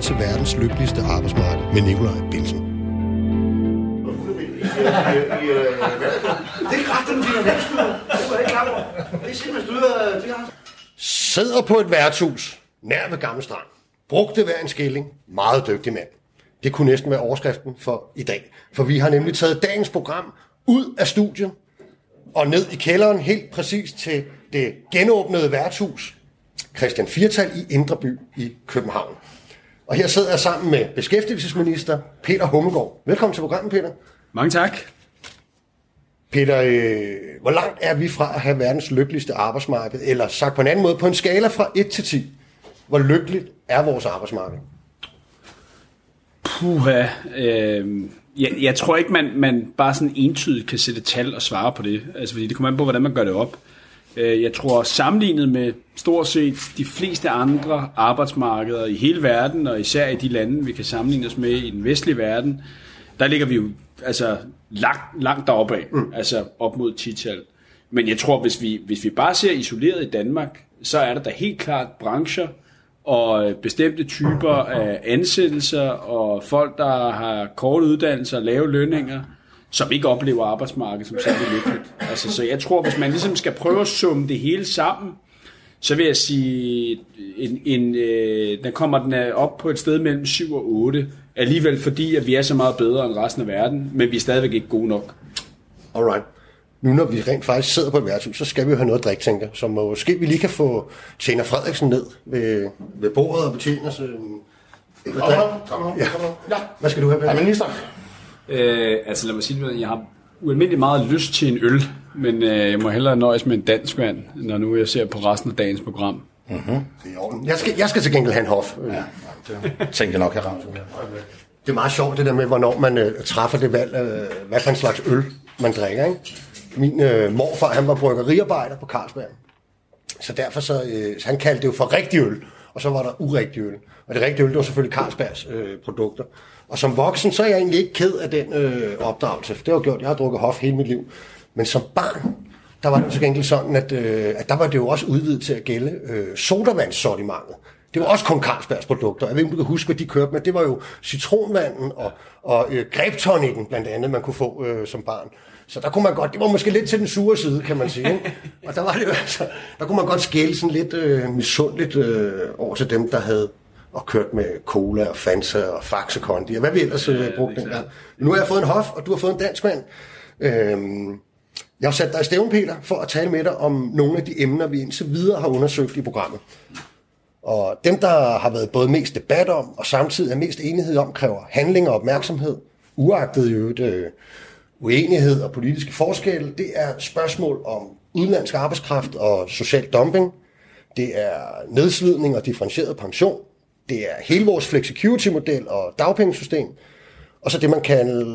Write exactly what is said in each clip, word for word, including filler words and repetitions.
til verdens lykkeligste arbejdsmarked med Nikolaj Bilsen. Det er kraftigt, de har vandstyder. Det var ikke klar over. Det er simpelthen styder, de har. Sidder på et værtshus nær ved Gamle Strand. Brugte hver en skilling. Meget dygtig mand. Det kunne næsten være overskriften for i dag. For vi har nemlig taget dagens program ud af studiet og ned i kælderen helt præcis til det genåbnede værtshus Christian Firtal i Indre By i København. Og her sidder jeg sammen med beskæftigelsesminister Peter Hummelgaard. Velkommen til programmet, Peter. Mange tak. Peter, øh, hvor langt er vi fra at have verdens lykkeligste arbejdsmarked? Eller sagt på en anden måde, på en skala fra et til ti, hvor lykkeligt er vores arbejdsmarked? Puha, øh, jeg, jeg tror ikke, man, man bare sådan entydigt kan sætte tal og svare på det. Altså, fordi det kommer an på, hvordan man gør det op. Jeg tror, sammenlignet med stort set de fleste andre arbejdsmarkeder i hele verden, og især i de lande, vi kan sammenligne os med i den vestlige verden, der ligger vi jo altså langt, langt deroppe af, mm. altså op mod ti-tal. Men jeg tror, hvis vi, hvis vi bare ser isoleret i Danmark, så er der da helt klart brancher og bestemte typer af ansættelser og folk, der har korte uddannelser og lave lønninger, som ikke oplever arbejdsmarkedet som særlig lykkeligt. Altså, så jeg tror, hvis man ligesom skal prøve at summe det hele sammen, så vil jeg sige, en, en, øh, der kommer den op på et sted mellem syv og otte, alligevel fordi, at vi er så meget bedre end resten af verden, men vi er stadigvæk ikke gode nok. Alright. Nu når vi rent faktisk sidder på et værtshus, så skal vi jo have noget at drikke, tænker. Så måske vi lige kan få Tjener Frederiksen ned ved, ved bordet og betjene os. Øh, kom her, kom her, kom her. Ja. Hvad skal du have, Peter? Ja, minister. Øh, altså lad mig sige, at jeg har ualmindeligt meget lyst til en øl, men øh, jeg må hellere nøjes med en dansk vand, når nu jeg ser på resten af dagens program. Mm-hmm. Det er orden. Jeg skal, jeg skal til gengæld have en hof. Ja, det tænker jeg nok, jeg rammer. Det er meget sjovt det der med, hvornår man øh, træffer det valg, øh, hvad for en slags øl man drikker, ikke? Min øh, morfar, han var bryggeriarbejder på Carlsberg, så derfor så, øh, så han kaldte det jo for rigtig øl, og så var der urigtig øl. Og det rigtige øl, det var selvfølgelig Carlsbergs øh, produkter. Og som voksen, så er jeg egentlig ikke ked af den øh, opdragelse, for det har gjort, jeg har drukket hof hele mit liv. Men som barn, der var det jo så gengæld sådan, at, øh, at der var det jo også udvidet til at gælde øh, sodavandssortimentet. Det var også kun Carlsbergs produkter. Jeg ved ikke, om du kan huske, hvad de kørte med. Det var jo citronvanden og, og øh, grapetonikken blandt andet, man kunne få øh, som barn. Så der kunne man godt, det var måske lidt til den sure side, kan man sige. Ikke? Og der var det jo altså, der kunne man godt skæle sådan lidt øh, misundeligt øh, over til dem, der havde og kørt med cola og Fanta og Faxe Kondi, og hvad vi ellers øh, brugte dengang. Nu har jeg fået en hof, og du har fået en dansk mand. Øhm, jeg har sat dig i stævn, Peter, for at tale med dig om nogle af de emner, vi indtil videre har undersøgt i programmet. Og dem, der har været både mest debat om, og samtidig er mest enighed om, kræver handling og opmærksomhed, uagtet jo et øh, uenighed og politiske forskelle. Det er spørgsmål om udenlandsk arbejdskraft og social dumping. Det er nedslidning og differentieret pension. Det er hele vores flexicurity-model og dagpengesystem. Og så det, man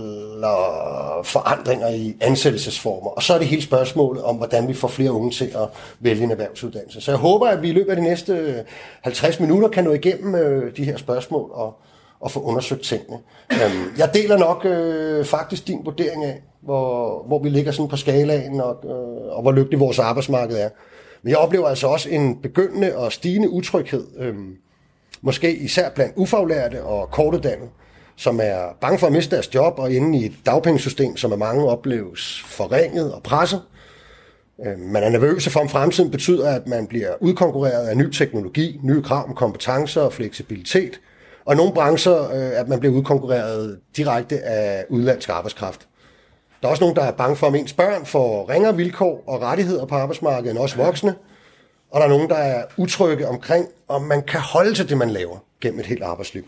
kalder forandringer i ansættelsesformer. Og så er det hele spørgsmålet om, hvordan vi får flere unge til at vælge en erhvervsuddannelse. Så jeg håber, at vi i løbet af de næste halvtreds minutter kan nå igennem de her spørgsmål og, og få undersøgt tingene. Jeg deler nok øh, faktisk din vurdering af, hvor, hvor vi ligger sådan på skalaen, og, øh, og hvor lykkelig vores arbejdsmarked er. Men jeg oplever altså også en begyndende og stigende utryghed, øh, måske især blandt ufaglærte og kortuddannede, som er bange for at miste deres job og inde i et dagpengesystem, som af mange opleves forringet og presset. Man er nervøse for, om fremtiden betyder, at man bliver udkonkurreret af ny teknologi, nye krav om kompetencer og fleksibilitet, og i nogle brancher, at man bliver udkonkurreret direkte af udenlandsk arbejdskraft. Der er også nogen, der er bange for, om ens børn får ringere vilkår og rettigheder på arbejdsmarkedet end også voksne, og der er nogen, der er utrygge omkring, om man kan holde til det, man laver gennem et helt arbejdsliv.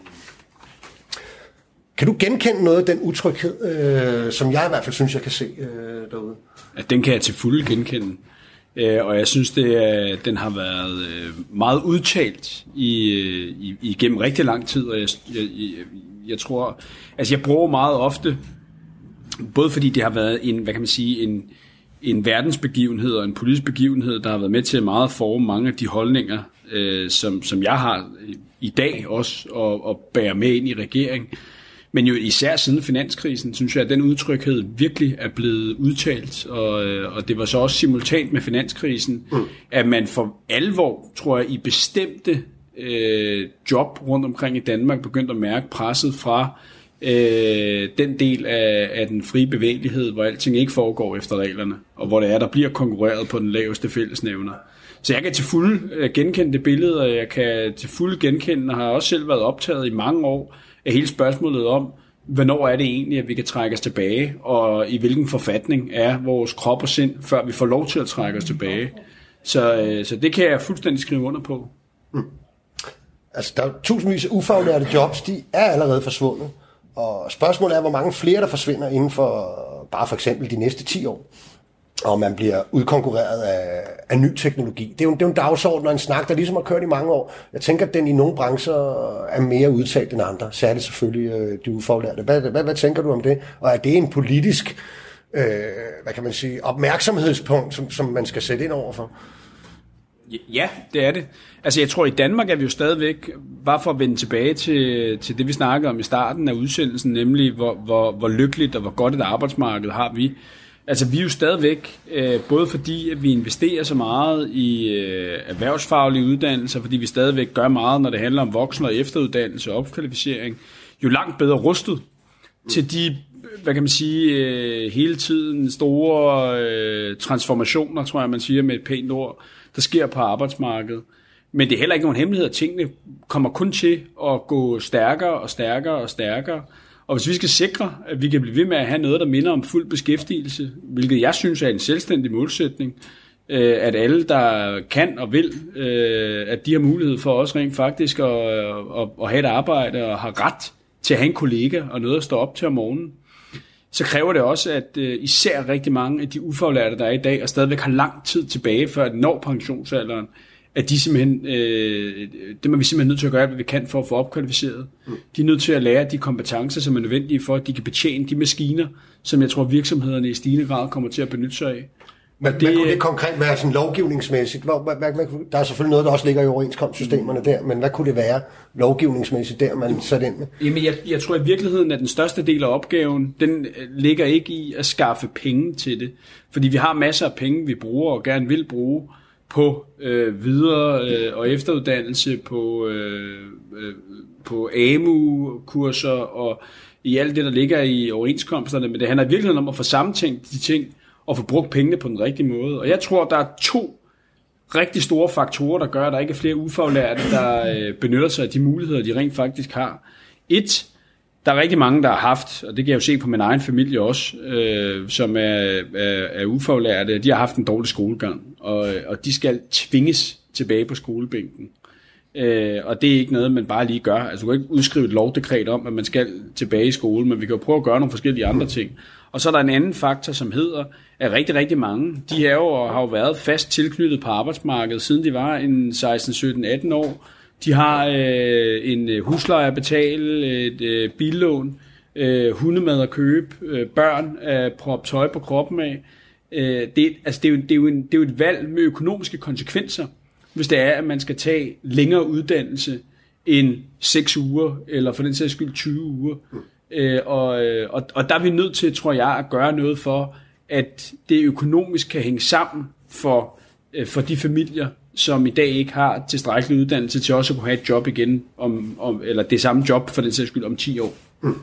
Kan du genkende noget af den utryghed, øh, som jeg i hvert fald synes, jeg kan se øh, derude? Ja, den kan jeg til fulde genkende. Øh, og jeg synes, det er, den har været øh, meget udtalt i, i, igennem rigtig lang tid. Og jeg, jeg, jeg, jeg tror, altså jeg bruger meget ofte, både fordi det har været en, hvad kan man sige, en, en verdensbegivenhed og en politisk begivenhed, der har været med til meget at forme mange af de holdninger, øh, som, som jeg har i dag også, og, og bærer med ind i regeringen. Men jo især siden finanskrisen, synes jeg, at den udtrykhed virkelig er blevet udtalt, og, og det var så også simultant med finanskrisen, mm. at man for alvor, tror jeg, i bestemte øh, job rundt omkring i Danmark begyndt at mærke presset fra øh, den del af, af den frie bevægelighed, hvor alting ikke foregår efter reglerne, og hvor det er, der bliver konkurreret på den laveste fællesnævner. Så jeg kan til fulde øh, genkende det billede, og jeg kan til fulde genkende, og har også selv været optaget i mange år af hele spørgsmålet om, hvornår er det egentlig, at vi kan trække os tilbage, og i hvilken forfatning er vores krop og sind, før vi får lov til at trække os tilbage. Så, øh, så det kan jeg fuldstændig skrive under på. Mm. Altså, der er tusindvis af ufaglærte jobs, de er allerede forsvundet. Og spørgsmålet er, hvor mange flere der forsvinder inden for bare for eksempel de næste ti år. Og man bliver udkonkurreret af, af ny teknologi. Det er, jo, det er jo en dagsorden og en snak, der ligesom har kørt i mange år. Jeg tænker, at den i nogle brancher er mere udtalt end andre. Særligt selvfølgelig øh, de ufaglærte. Hvad, hvad, hvad tænker du om det? Og er det en politisk øh, hvad kan man sige, opmærksomhedspunkt, som, som man skal sætte ind overfor? Ja, det er det. Altså jeg tror, i Danmark er vi jo stadigvæk, bare for at vende tilbage til, til det, vi snakkede om i starten af udsendelsen, nemlig hvor, hvor, hvor lykkeligt og hvor godt et arbejdsmarked har vi. Altså vi er jo stadigvæk, øh, både fordi at vi investerer så meget i øh, erhvervsfaglige uddannelser, fordi vi stadigvæk gør meget, når det handler om voksen- og efteruddannelse og opkvalificering, jo langt bedre rustet til de, hvad kan man sige, øh, hele tiden store øh, transformationer, tror jeg man siger med et pænt ord, der sker på arbejdsmarkedet. Men det er heller ikke nogen hemmelighed, at tingene kommer kun til at gå stærkere og stærkere og stærkere. Og hvis vi skal sikre, at vi kan blive ved med at have noget, der minder om fuld beskæftigelse, hvilket jeg synes er en selvstændig målsætning, at alle, der kan og vil, at de har mulighed for også rent faktisk at, at, at have et arbejde og har ret til at have en kollega og noget at stå op til om morgenen, så kræver det også, at især rigtig mange af de ufaglærte, der er i dag, og stadigvæk har lang tid tilbage, før de når pensionsalderen, at de simpelthen, øh, det må vi simpelthen nødt til at gøre, hvad vi kan for at få opkvalificeret. Mm. De er nødt til at lære de kompetencer, som er nødvendige for, at de kan betjene de maskiner, som jeg tror virksomhederne i stigende grad kommer til at benytte sig af. Men det, hvad kunne det konkret være sådan lovgivningsmæssigt? Hvad, hvad, hvad, der er selvfølgelig noget, der også ligger i overenskomstsystemerne der, men hvad kunne det være lovgivningsmæssigt der, man satte ind med? Jamen jeg, jeg tror i virkeligheden, at den største del af opgaven, den ligger ikke i at skaffe penge til det. Fordi vi har masser af penge, vi bruger og gerne vil bruge, på øh, videre øh, og efteruddannelse, på, øh, øh, på A M U-kurser og i alt det, der ligger i overenskomsterne. Men det handler i virkeligheden om at få sammentænkt de ting og få brugt pengene på den rigtige måde. Og jeg tror, der er to rigtig store faktorer, der gør, at der ikke er flere ufaglærte, der øh, benytter sig af de muligheder, de rent faktisk har. Et, der er rigtig mange, der har haft, og det kan jeg jo se på min egen familie også, øh, som er, er, er ufaglærte, de har haft en dårlig skolegang, og, og de skal tvinges tilbage på skolebænken. Øh, og det er ikke noget, man bare lige gør. Altså du kan ikke udskrive et lovdekret om, at man skal tilbage i skole, men vi kan jo prøve at gøre nogle forskellige andre ting. Og så er der en anden faktor, som hedder, at rigtig, rigtig mange, de er jo, har jo været fast tilknyttet på arbejdsmarkedet, siden de var en seksten, sytten, atten år. De har øh, en husleje at betale, et øh, billån, øh, hundemad at købe, øh, børn at proppe tøj på kroppen af. Øh, det, altså det, er jo, det, er jo en, det er jo et valg med økonomiske konsekvenser, hvis det er, at man skal tage længere uddannelse end seks uger, eller for den sags skyld tyve uger. Øh, og, og, og der er vi nødt til, tror jeg, at gøre noget for, at det økonomisk kan hænge sammen for, øh, for de familier, som i dag ikke har tilstrækkelig uddannelse til også at kunne have et job igen, om, om, eller det samme job for den sags skyld om ti år. Mm.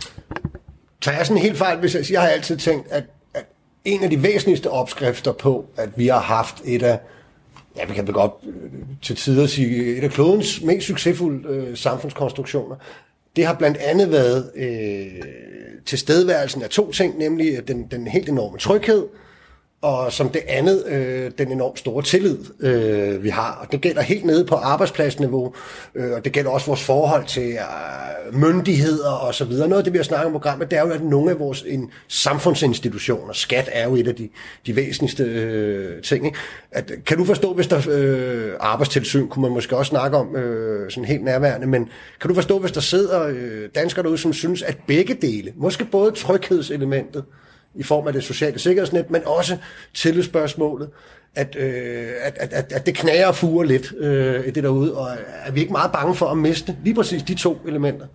Tager jeg sådan helt fejl, hvis jeg siger, jeg har altid tænkt, at, at en af de væsentligste opskrifter på, at vi har haft et af, ja, vi kan vel godt til tider sige, et af klodens mest succesfulde øh, samfundskonstruktioner, det har blandt andet været øh, tilstedeværelsen af to ting, nemlig den, den helt enorme tryghed, og som det andet, øh, den enormt store tillid, øh, vi har. Og det gælder helt nede på arbejdspladsniveau, øh, og det gælder også vores forhold til øh, myndigheder og så videre. Noget af det, vi har snakket om i programmet, det er jo, at nogle af vores en, samfundsinstitutioner, skat er jo et af de, de væsentligste øh, ting. Ikke? At, kan du forstå, hvis der øh, arbejdstilsyn, kunne man måske også snakke om øh, sådan helt nærværende, men kan du forstå, hvis der sidder øh, danskere derude, som synes, at begge dele, måske både tryghedselementet, i form af det sociale sikkerhedsnet, men også tillidsspørgsmålet, at, øh, at, at, at det knager og fuger lidt øh, i det derude, og er vi ikke meget bange for at miste lige præcis de to elementer?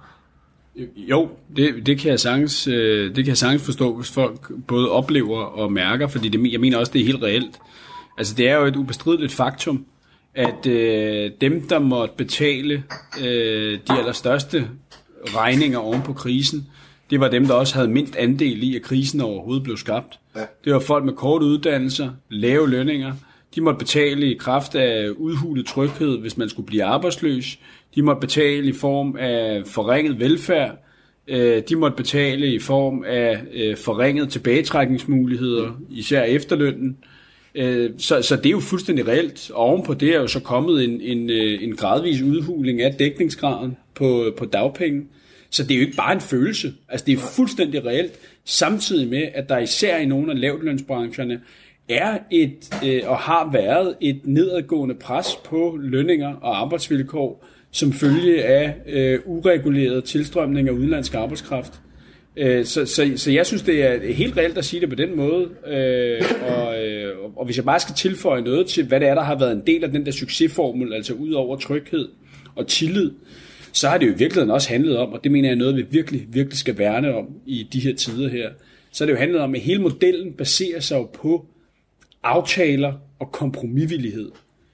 Jo, det, det, kan jeg sagtens, det kan jeg sagtens forstå, hvis folk både oplever og mærker, fordi det, jeg mener også, det er helt reelt. Altså det er jo et ubestrideligt faktum, at øh, dem, der måtte betale øh, de allerstørste regninger oven på krisen, det var dem, der også havde mindst andel i, at krisen overhovedet blev skabt. Ja. Det var folk med korte uddannelser, lave lønninger. De måtte betale i kraft af udhulet tryghed, hvis man skulle blive arbejdsløs. De måtte betale i form af forringet velfærd. De måtte betale i form af forringet tilbagetrækningsmuligheder, især efterlønnen. Så, så det er jo fuldstændig reelt. Og ovenpå det er jo så kommet en, en, en gradvis udhuling af dækningsgraden på, på dagpenge. Så det er jo ikke bare en følelse. Altså det er fuldstændig reelt, samtidig med, at der især i nogle af lavtlønsbrancherne er et øh, og har været et nedadgående pres på lønninger og arbejdsvilkår, som følge af øh, ureguleret tilstrømning af udenlandsk arbejdskraft. Øh, så, så, så jeg synes, det er helt reelt at sige det på den måde. Øh, og, øh, og hvis jeg bare skal tilføje noget til, hvad det er, der har været en del af den der succesformel, altså ud over tryghed og tillid, så har det jo i virkeligheden også handlet om, og det mener jeg er noget, vi virkelig, virkelig skal værne om i de her tider her, så har det jo handlet om, at hele modellen baserer sig jo på aftaler og kompromisvillighed.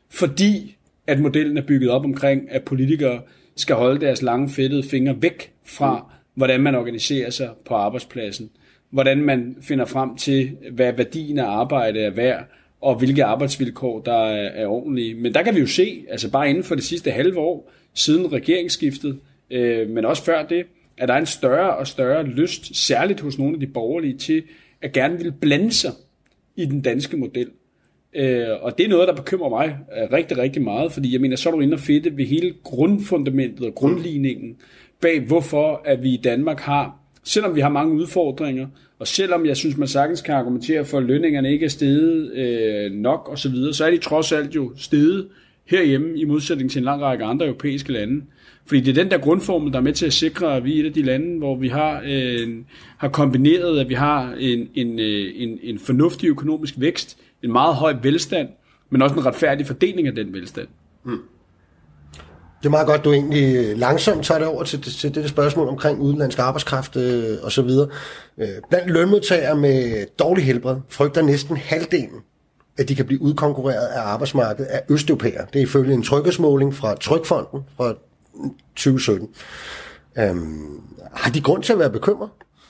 Fordi at modellen er bygget op omkring, at politikere skal holde deres lange fedtede fingre væk fra, hvordan man organiserer sig på arbejdspladsen, hvordan man finder frem til, hvad værdien af arbejde er værd, og hvilke arbejdsvilkår, der er ordentlige. Men der kan vi jo se, altså bare inden for det sidste halve år, siden regeringsskiftet, øh, men også før det, at der er en større og større lyst, særligt hos nogle af de borgerlige, til at gerne vil blande sig i den danske model. Øh, og det er noget, der bekymrer mig rigtig, rigtig meget, fordi jeg mener, så er du inde og fedte ved hele grundfundamentet og grundligningen bag, hvorfor at vi i Danmark har, selvom vi har mange udfordringer, og selvom jeg synes, man sagtens kan argumentere for, at lønningerne ikke er steget øh, nok osv., så, videre, så er de trods alt jo steget herhjemme i modsætning til en lang række andre europæiske lande. Fordi det er den der grundformel, der er med til at sikre, at vi er et af de lande, hvor vi har, øh, har kombineret, at vi har en, en, en, en fornuftig økonomisk vækst, en meget høj velstand, men også en retfærdig fordeling af den velstand. Mm. Det er meget godt, du egentlig langsomt tager det over til, til det spørgsmål omkring udenlandsk arbejdskraft øh, og så videre. Øh, blandt lønmodtagere med dårlig helbred frygter næsten halvdelen, at de kan blive udkonkurreret af arbejdsmarkedet af østeuropæere. Det er ifølge en tryghedsmåling fra Trygfonden fra tyve sytten. Øhm, har de grund til at være bekymret?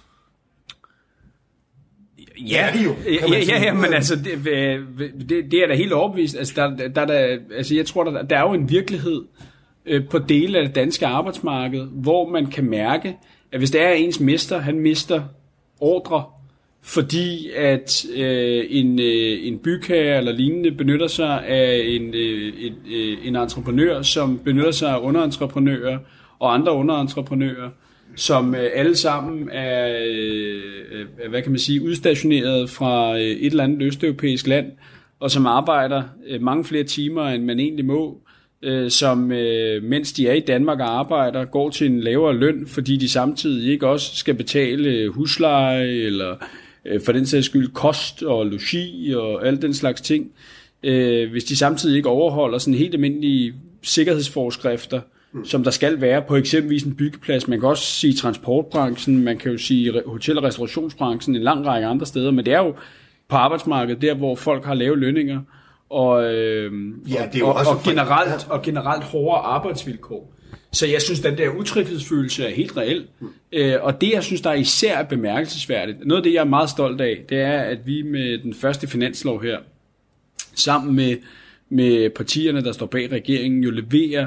Ja, ja, ja, ja, ja, men altså, det, det, det er da helt overbevist. Altså, der, der, der, altså jeg tror, der, der er jo en virkelighed øh, på dele af det danske arbejdsmarked, hvor man kan mærke, at hvis det er ens mester, han mister ordre, fordi at øh, en, øh, en bygherre eller lignende benytter sig af en, øh, en, øh, en entreprenør, som benytter sig af underentreprenører og andre underentreprenører, som øh, alle sammen er, øh, hvad kan man sige, udstationeret fra øh, et eller andet østeuropæisk land, og som arbejder øh, mange flere timer, end man egentlig må, øh, som øh, mens de er i Danmark og arbejder, går til en lavere løn, fordi de samtidig ikke også skal betale husleje, eller øh, for den sags skyld kost og logi og alt den slags ting, øh, hvis de samtidig ikke overholder sådan helt almindelige sikkerhedsforskrifter, mm. som der skal være på eksempelvis en byggeplads. Man kan også sige transportbranchen, man kan jo sige hotel- og restaurationsbranchen, en lang række andre steder, men det er jo på arbejdsmarkedet, der hvor folk har lave lønninger, og, øh, ja, det er og, og, og, generelt, og generelt hårdere arbejdsvilkår. Så jeg synes, den der utryghedsfølelse er helt reel. Mm. Øh, og det, jeg synes, der er især bemærkelsesværdigt, noget af det, jeg er meget stolt af, det er, at vi med den første finanslov her, sammen med, med partierne, der står bag regeringen, jo leverer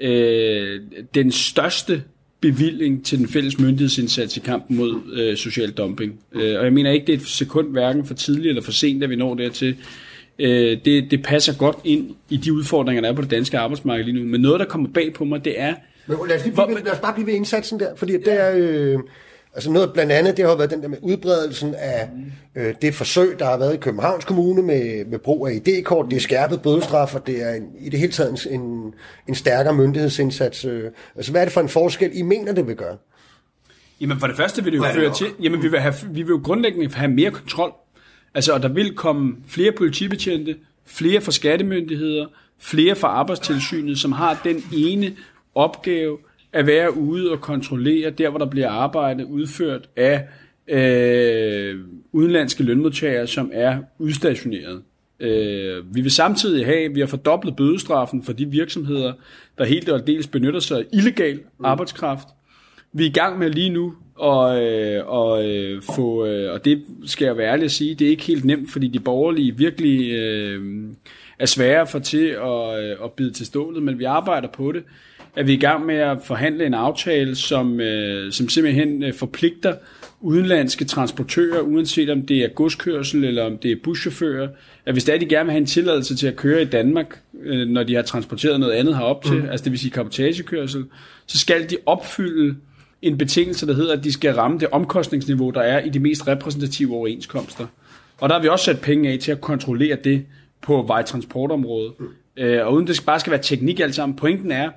øh, den største bevilling til den fælles myndighedsindsats i kampen mod øh, social dumping. Øh, og jeg mener ikke, det er et sekund hverken for tidligt eller for sent, at vi når dertil. Øh, det, det passer godt ind i de udfordringer, der er på det danske arbejdsmarked lige nu. Men noget, der kommer bag på mig, det er... Men lad os, lige blive, lad os bare blive ved indsatsen der, fordi det er... Øh, altså noget blandt andet, det har været den der med udbredelsen af øh, det forsøg, der har været i Københavns Kommune med, med brug af I D-kort. Det er skærpet bødestraffer, det er en, i det hele taget en, en stærkere myndighedsindsats. Øh. Altså hvad er det for en forskel, I mener, det vil gøre? Jamen for det første vil det jo føre til... Jamen vi vil, have, vi vil jo grundlæggende have mere kontrol. Altså, og der vil komme flere politibetjente, flere fra skattemyndigheder, flere fra arbejdstilsynet, som har den ene opgave at være ude og kontrollere der, hvor der bliver arbejde udført af øh, udenlandske lønmodtagere, som er udstationeret. Øh, vi vil samtidig have, vi har fordoblet bødestraffen for de virksomheder, der helt og dels benytter sig af illegal arbejdskraft. Vi er i gang med lige nu og, øh, og øh, få, øh, og det skal jeg være ærlig at sige, det er ikke helt nemt, fordi de borgerlige virkelig øh, er svære at få til at, øh, at bide til stålet, men vi arbejder på det. Er vi i gang med at forhandle en aftale, som, øh, som simpelthen øh, forpligter udenlandske transportører, uanset om det er godskørsel eller om det er buschauffører, at hvis stadig gerne vil have en tilladelse til at køre i Danmark, øh, når de har transporteret noget andet herop til, mm. altså det vil sige cabotagekørsel, så skal de opfylde en betingelse, der hedder, at de skal ramme det omkostningsniveau, der er i de mest repræsentative overenskomster. Og der har vi også sat penge af til at kontrollere det på vejtransportområdet. Mm. Øh, og uden det bare skal være teknik alt sammen. Pointen er,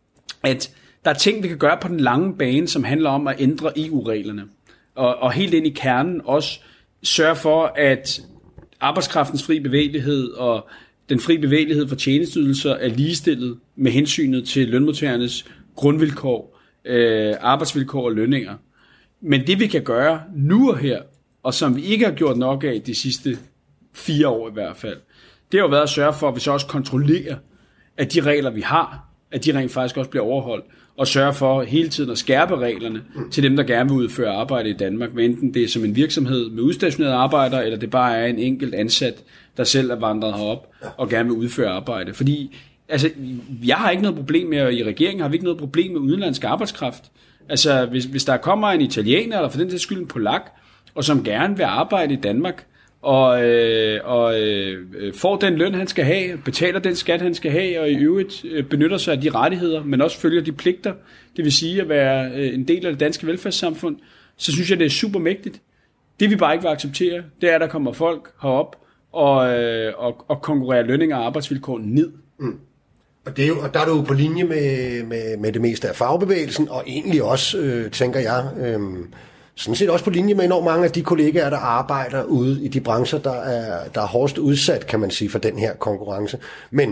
at der er ting, vi kan gøre på den lange bane, som handler om at ændre E U-reglerne. Og, og helt ind i kernen også sørge for, at arbejdskraftens fri bevægelighed og den fri bevægelighed for tjenesteydelser er ligestillet med hensynet til lønmodtagernes grundvilkår, øh, arbejdsvilkår og lønninger. Men det vi kan gøre nu og her, og som vi ikke har gjort nok af de sidste fire år i hvert fald, det har jo været at sørge for, at vi så også kontrollerer, at de regler vi har, at de rent faktisk også bliver overholdt, og sørge for hele tiden at skærpe reglerne til dem, der gerne vil udføre arbejde i Danmark, hvad enten det er som en virksomhed med udstationerede arbejdere, eller det bare er en enkelt ansat, der selv er vandret herop og gerne vil udføre arbejde. Fordi altså, jeg har ikke noget problem med, og i regeringen har vi ikke noget problem med udenlandsk arbejdskraft. Altså, hvis, hvis der kommer en italiener, eller for den sags skyld en polak, og som gerne vil arbejde i Danmark, og, øh, og øh, får den løn, han skal have, betaler den skat, han skal have, og i øvrigt øh, benytter sig af de rettigheder, men også følger de pligter, det vil sige at være øh, en del af det danske velfærdssamfund, så synes jeg, det er super mægtigt. Det vi bare ikke vil acceptere, det er, at der kommer folk herop og, øh, og, og konkurrerer lønninger og arbejdsvilkår ned. Mm. Og, det er jo, og der er du jo på linje med, med, med det meste af fagbevægelsen, og egentlig også, øh, tænker jeg, øh, sådan set også på linje med enormt mange af de kollegaer, der arbejder ude i de brancher, der er, der er hårdest udsat, kan man sige, for den her konkurrence. Men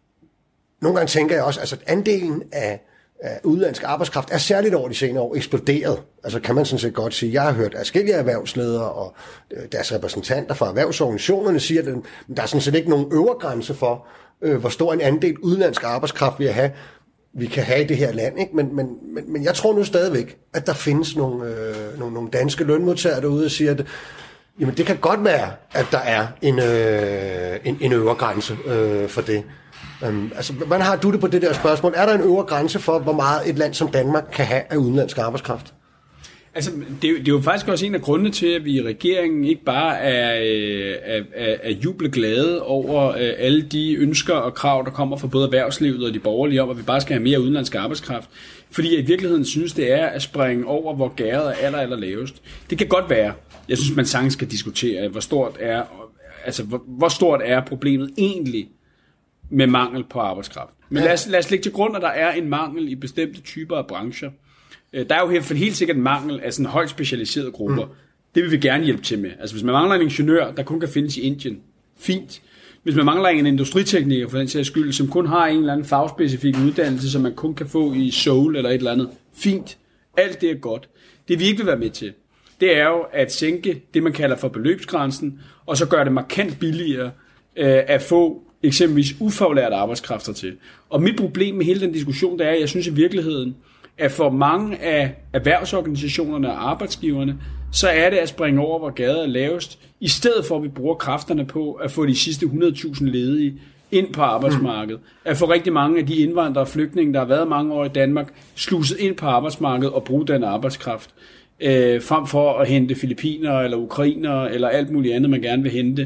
nogle gange tænker jeg også, altså andelen af, af udenlandsk arbejdskraft er særligt over de senere år eksploderet. Altså kan man sådan set godt sige, jeg har hørt forskellige erhvervsledere og deres repræsentanter fra erhvervsorganisationerne siger, at der er sådan set ikke nogen øvre grænse for, øh, hvor stor en andel udenlandsk arbejdskraft vi have. vi kan have i det her land, ikke? Men, men, men, men jeg tror nu stadigvæk, at der findes nogle, øh, nogle, nogle danske lønmodtagere derude og siger, at jamen, det kan godt være, at der er en, øh, en, en øvre grænse øh, for det. Um, altså, hvordan har du det på det der spørgsmål? Er der en øvre grænse for, hvor meget et land som Danmark kan have af udenlandsk arbejdskraft? Altså, det er, det er jo faktisk også en af grundene til, at vi i regeringen ikke bare er, er, er, er jubleglade over alle de ønsker og krav, der kommer fra både erhvervslivet og de borgerlige om, at vi bare skal have mere udenlandsk arbejdskraft. Fordi jeg i virkeligheden synes, det er at springe over, hvor gæret er aller, aller lavest. Det kan godt være. Jeg synes, man sagtens skal diskutere, hvor stort er, altså, hvor, hvor stort er problemet egentlig med mangel på arbejdskraft. Men lad os, lad os lægge til grund, at der er en mangel i bestemte typer af brancher. Der er jo helt, helt sikkert en mangel af sådan højt specialiserede grupper. Mm. Det vil vi gerne hjælpe til med. Altså hvis man mangler en ingeniør, der kun kan findes i Indien, fint. Hvis man mangler en industritekniker for den sags skyld, som kun har en eller anden fagspecifik uddannelse, som man kun kan få i Seoul eller et eller andet, fint. Alt det er godt. Det vi ikke vil være med til, det er jo at sænke det, man kalder for beløbsgrænsen, og så gøre det markant billigere øh, at få eksempelvis ufaglærte arbejdskræfter til. Og mit problem med hele den diskussion, det er, at jeg synes i virkeligheden, at for mange af erhvervsorganisationerne og arbejdsgiverne, så er det at springe over, hvor gader er lavest, i stedet for at vi bruger kræfterne på at få de sidste hundrede tusind ledige ind på arbejdsmarkedet. At få rigtig mange af de indvandrere og flygtninge, der har været mange år i Danmark, sluset ind på arbejdsmarkedet og bruge den arbejdskraft, øh, frem for at hente filippinere eller ukrainere eller alt muligt andet, man gerne vil hente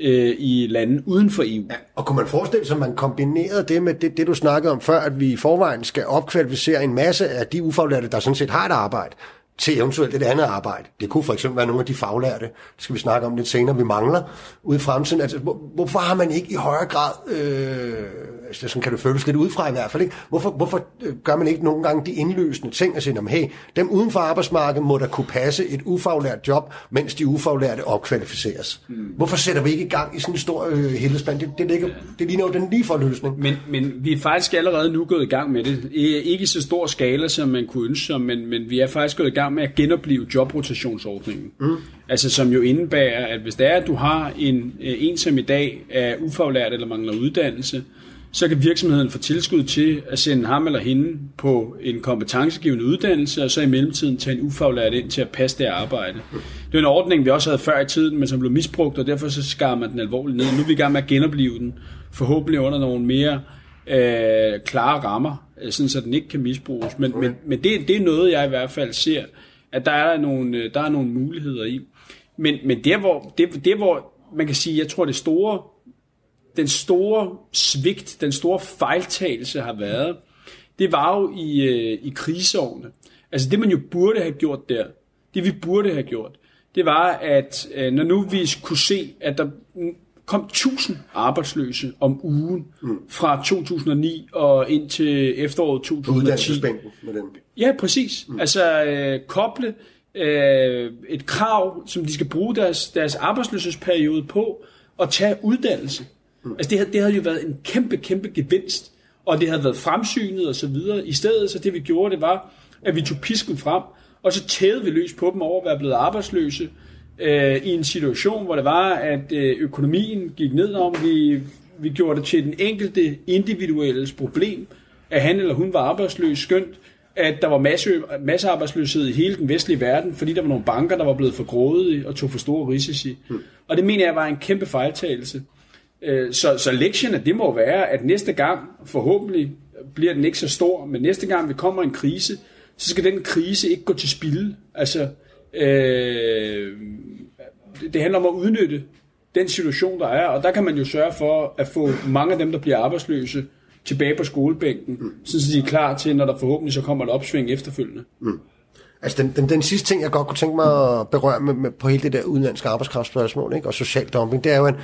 i lande uden for E U. Ja, og kunne man forestille sig, at man kombinerede det med det, det, du snakkede om før, at vi i forvejen skal opkvalificere en masse af de ufaglærte, der sådan set har et arbejde, til eventuelt et andet arbejde. Det kunne for eksempel være nogle af de faglærte, det skal vi snakke om lidt senere, vi mangler ude i fremtiden. Altså, hvor, hvorfor har man ikke i højere grad øh, sådan kan det føles lidt udefra i hvert fald, ikke? Hvorfor, hvorfor gør man ikke nogle gange de indløsende ting og siger, hey, dem uden for arbejdsmarkedet må der kunne passe et ufaglært job, mens de ufaglærte opkvalificeres. Mm. Hvorfor sætter vi ikke i gang i sådan en stor øh, helhedspand? Det, det, ligger, det ligner jo den lige for løsning. Men, men vi er faktisk allerede nu gået i gang med det. Ikke i så stor skala, som man kunne ønske sig, men, men vi er faktisk gået i gang med at genopleve jobrotationsordningen. Mm. Altså som jo indebærer, at hvis det er, at du har en, en som i dag er ufaglært eller mangler uddannelse, så kan virksomheden få tilskud til at sende ham eller hende på en kompetencegivende uddannelse, og så i mellemtiden tage en ufaglært ind til at passe det arbejde. Det er en ordning, vi også havde før i tiden, men som blev misbrugt, og derfor så skar man den alvorligt ned. Nu er vi i gang med at genopleve den, forhåbentlig under nogle mere øh, klare rammer, sådan så den ikke kan misbruges. Men, men, men det, det er noget, jeg i hvert fald ser, at der er nogle, der er nogle muligheder i. Men, men der, hvor, det, det, hvor man kan sige, jeg tror, det store, den store svigt, den store fejltagelse har været, det var jo i, i kriseårene. Altså det, man jo burde have gjort der, det vi burde have gjort, det var, at når nu vi kunne se, at der kom tusind arbejdsløse om ugen fra to tusind og ni og ind til efteråret to tusind og ti. Med dem. Ja, præcis. Mm. Altså øh, koble øh, et krav, som de skal bruge deres, deres arbejdsløshedsperiode på, og tage uddannelse. Mm. Altså det havde, det havde jo været en kæmpe, kæmpe gevinst, og det havde været fremsynet og så videre. I stedet så det vi gjorde, det var, at vi tog pisken frem, og så tævede vi løs på dem over at være blevet arbejdsløse, øh, i en situation, hvor det var, at øh, økonomien gik ned om, vi, vi gjorde det til den enkelte individuelles problem, at han eller hun var arbejdsløs, skønt, at der var masse, masse arbejdsløshed i hele den vestlige verden, fordi der var nogle banker, der var blevet for grådige og tog for store risici. Hmm. Og det mener jeg var en kæmpe fejltagelse. Så, så lektionen, det må være, at næste gang, forhåbentlig bliver den ikke så stor, men næste gang vi kommer i en krise, så skal den krise ikke gå til spilde. Altså, øh, det handler om at udnytte den situation, der er, og der kan man jo sørge for at få mange af dem, der bliver arbejdsløse, tilbage på skolebænken, mm. så de er klar til, når der forhåbentlig så kommer et opsving efterfølgende. Mm. Altså den, den, den sidste ting, jeg godt kunne tænke mig at berøre med, med, på hele det der udenlandske arbejdskraftspørgsmål, ikke, og social dumping, det er jo en,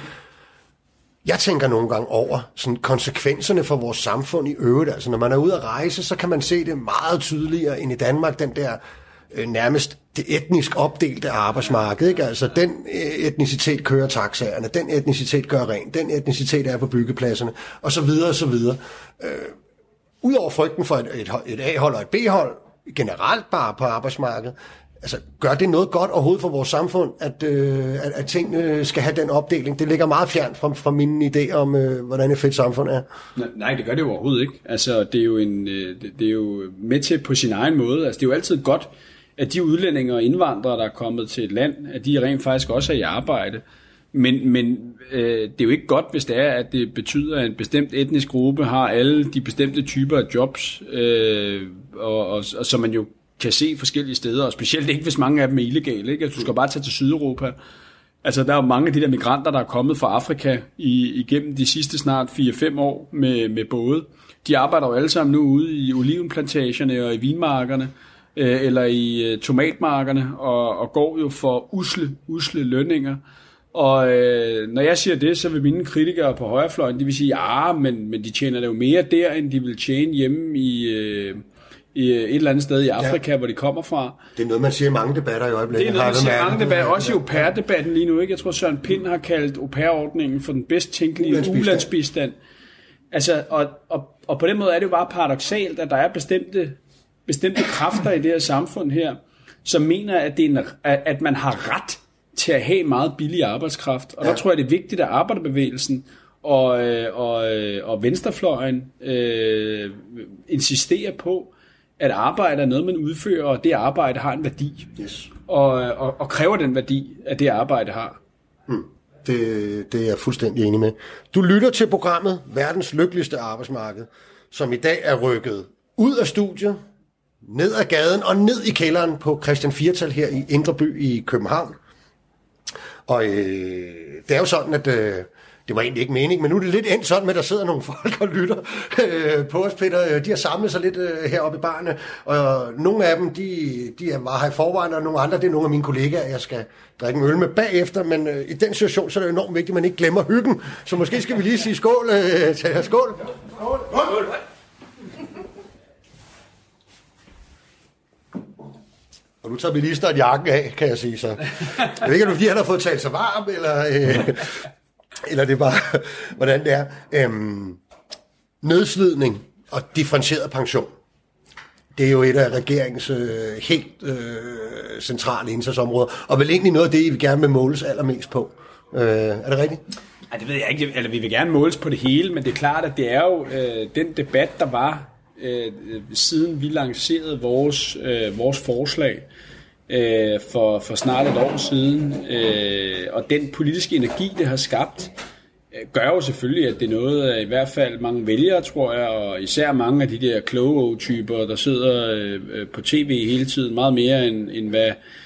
jeg tænker nogle gange over sådan konsekvenserne for vores samfund i øvrigt. Altså når man er ude at rejse, så kan man se det meget tydeligere end i Danmark, den der øh, nærmest det etnisk opdelte arbejdsmarked, ikke? Altså den etnicitet kører taxaerne, den etnicitet gør rent, den etnicitet er på byggepladserne, og så videre og så videre. Øh, Udover frygten for et, et, et A-hold og et B-hold, generelt bare på arbejdsmarkedet, altså gør det noget godt overhovedet for vores samfund, at, øh, at, at tingene skal have den opdeling? Det ligger meget fjernt fra, fra mine idéer om, øh, hvordan et fedt samfund er. Nej, det gør det jo overhovedet ikke. Altså, det er jo, en, det er jo med til på sin egen måde. Altså, det er jo altid godt, at de udlændinge og indvandrere, der er kommet til et land, at de rent faktisk også er i arbejde. Men, men øh, det er jo ikke godt, hvis det er, at det betyder, at en bestemt etnisk gruppe har alle de bestemte typer af jobs, øh, og, og, og som man jo kan se forskellige steder, og specielt ikke, hvis mange af dem er illegale. Ikke? Altså, du skal bare tage til Sydeuropa. Altså, der er jo mange af de der migranter, der er kommet fra Afrika i, igennem de sidste snart fire fem år med, med både. De arbejder jo alle sammen nu ude i olivenplantagerne og i vinmarkerne, øh, eller i øh, tomatmarkerne, og, og går jo for usle, usle lønninger. Og øh, når jeg siger det, så vil mine kritikere på højrefløjen, de vil sige, ja, men, men de tjener det jo mere der, end de vil tjene hjemme i, øh, i et eller andet sted i Afrika, ja, hvor de kommer fra. Det er noget, man siger i mange debatter i øjeblikket. Det er noget, man siger i mange debatter, også i au pair-debatten lige nu. Ikke? Jeg tror, Søren Pind har kaldt au pair-ordningen for den bedst tænkelige ulandsbistand. Altså, og, og, og på den måde er det jo bare paradoksalt, at der er bestemte, bestemte kræfter i det her samfund her, som mener, at, det er en, at man har ret til at have meget billig arbejdskraft. Og ja, der tror jeg, det er vigtigt, at arbejderbevægelsen og, og, og venstrefløjen øh, insisterer på, at arbejde er noget, man udfører, og det arbejde har en værdi. Yes. Og, og, og kræver den værdi, at det arbejde har. Hmm. Det, det er jeg fuldstændig enig med. Du lytter til programmet Verdens Lykkeligste Arbejdsmarked, som i dag er rykket ud af studiet, ned ad gaden og ned i kælderen på Christian Firtal her i Indre By i København. Og øh, det er jo sådan, at øh, det er det var egentlig ikke meningen, men nu er det lidt endt sådan med, at der sidder nogle folk og lytter øh, på os, Peter. De har samlet sig lidt øh, heroppe i barne, og nogle af dem, de, de var her i forvejen, og nogle andre, det er nogle af mine kollegaer, jeg skal drikke en øl med bagefter, men øh, i den situation, så er det enormt vigtigt, at man ikke glemmer hyggen. Så måske skal vi lige sige skål øh, til jer. Skål! Skål! Skål! Og nu tager vi lige snart jakken af, kan jeg sige så. Jeg ved ikke, om de har fået talt sig varm, eller, øh, eller det er bare, hvordan det er. Øhm, nedslidning og differentieret pension. Det er jo et af regeringens øh, helt øh, centrale indsatsområder, og vel egentlig noget af det, I vil gerne vil måles allermest på. Øh, er det rigtigt? Ej, det ved jeg ikke. Eller vi vil gerne måles på det hele, men det er klart, at det er jo øh, den debat, der var, øh, siden vi lancerede vores, øh, vores forslag øh, for, for snart et år siden, øh, og den politiske energi, det har skabt, øh, gør jo selvfølgelig, at det er noget af i hvert fald mange vælgere, tror jeg, og især mange af de der kloge-typer, der sidder øh, på tv hele tiden, meget mere end, end hvad...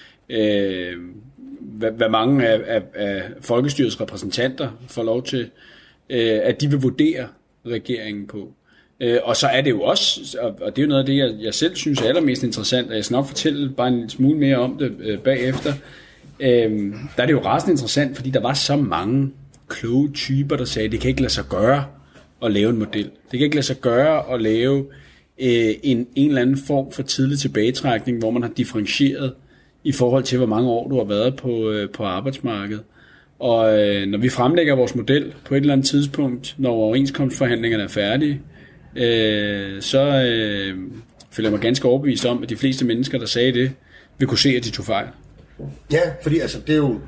Øh, Hvad, hvad mange af, af, af folkestyrets repræsentanter får lov til, øh, at de vil vurdere regeringen på. Øh, og så er det jo også, og, og det er jo noget af det, jeg, jeg selv synes er allermest interessant, og jeg skal nok fortælle bare en smule mere om det øh, bagefter. Øh, der er det jo rasende interessant, fordi der var så mange kloge typer, der sagde, at det kan ikke lade sig gøre at lave en model. Det kan ikke lade sig gøre at lave øh, en, en eller anden form for tidlig tilbagetrækning, hvor man har differentieret i forhold til, hvor mange år du har været på, øh, på arbejdsmarkedet. Og øh, når vi fremlægger vores model på et eller andet tidspunkt, når overenskomstforhandlingerne er færdige, øh, så øh, føler jeg mig ganske overbevist om, at de fleste mennesker, der sagde det, vil kunne se, at de tog fejl. Ja, fordi altså, det er jo...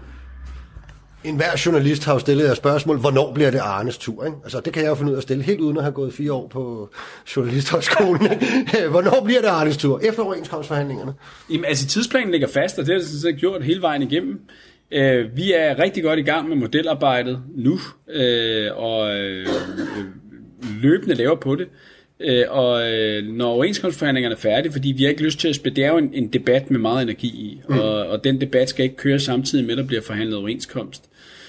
Enhver journalist har jo stillet jer spørgsmål, hvornår bliver det Arnes tur? Ikke? Altså, det kan jeg jo finde ud af at stille, helt uden at have gået fire år på journalisthøjskolen. Hvornår bliver det Arnes tur? Efter overenskomstforhandlingerne? Jamen, altså, tidsplanen ligger fast, og det har det sådan gjort hele vejen igennem. Uh, vi er rigtig godt i gang med modelarbejdet nu, uh, og uh, løbende laver på det. Uh, og uh, når overenskomstforhandlingerne er færdige, fordi vi har ikke lyst til at spille, det er jo en, en debat med meget energi i, mm. og, og den debat skal ikke køre samtidig med, at der bliver forhandlet overenskomst.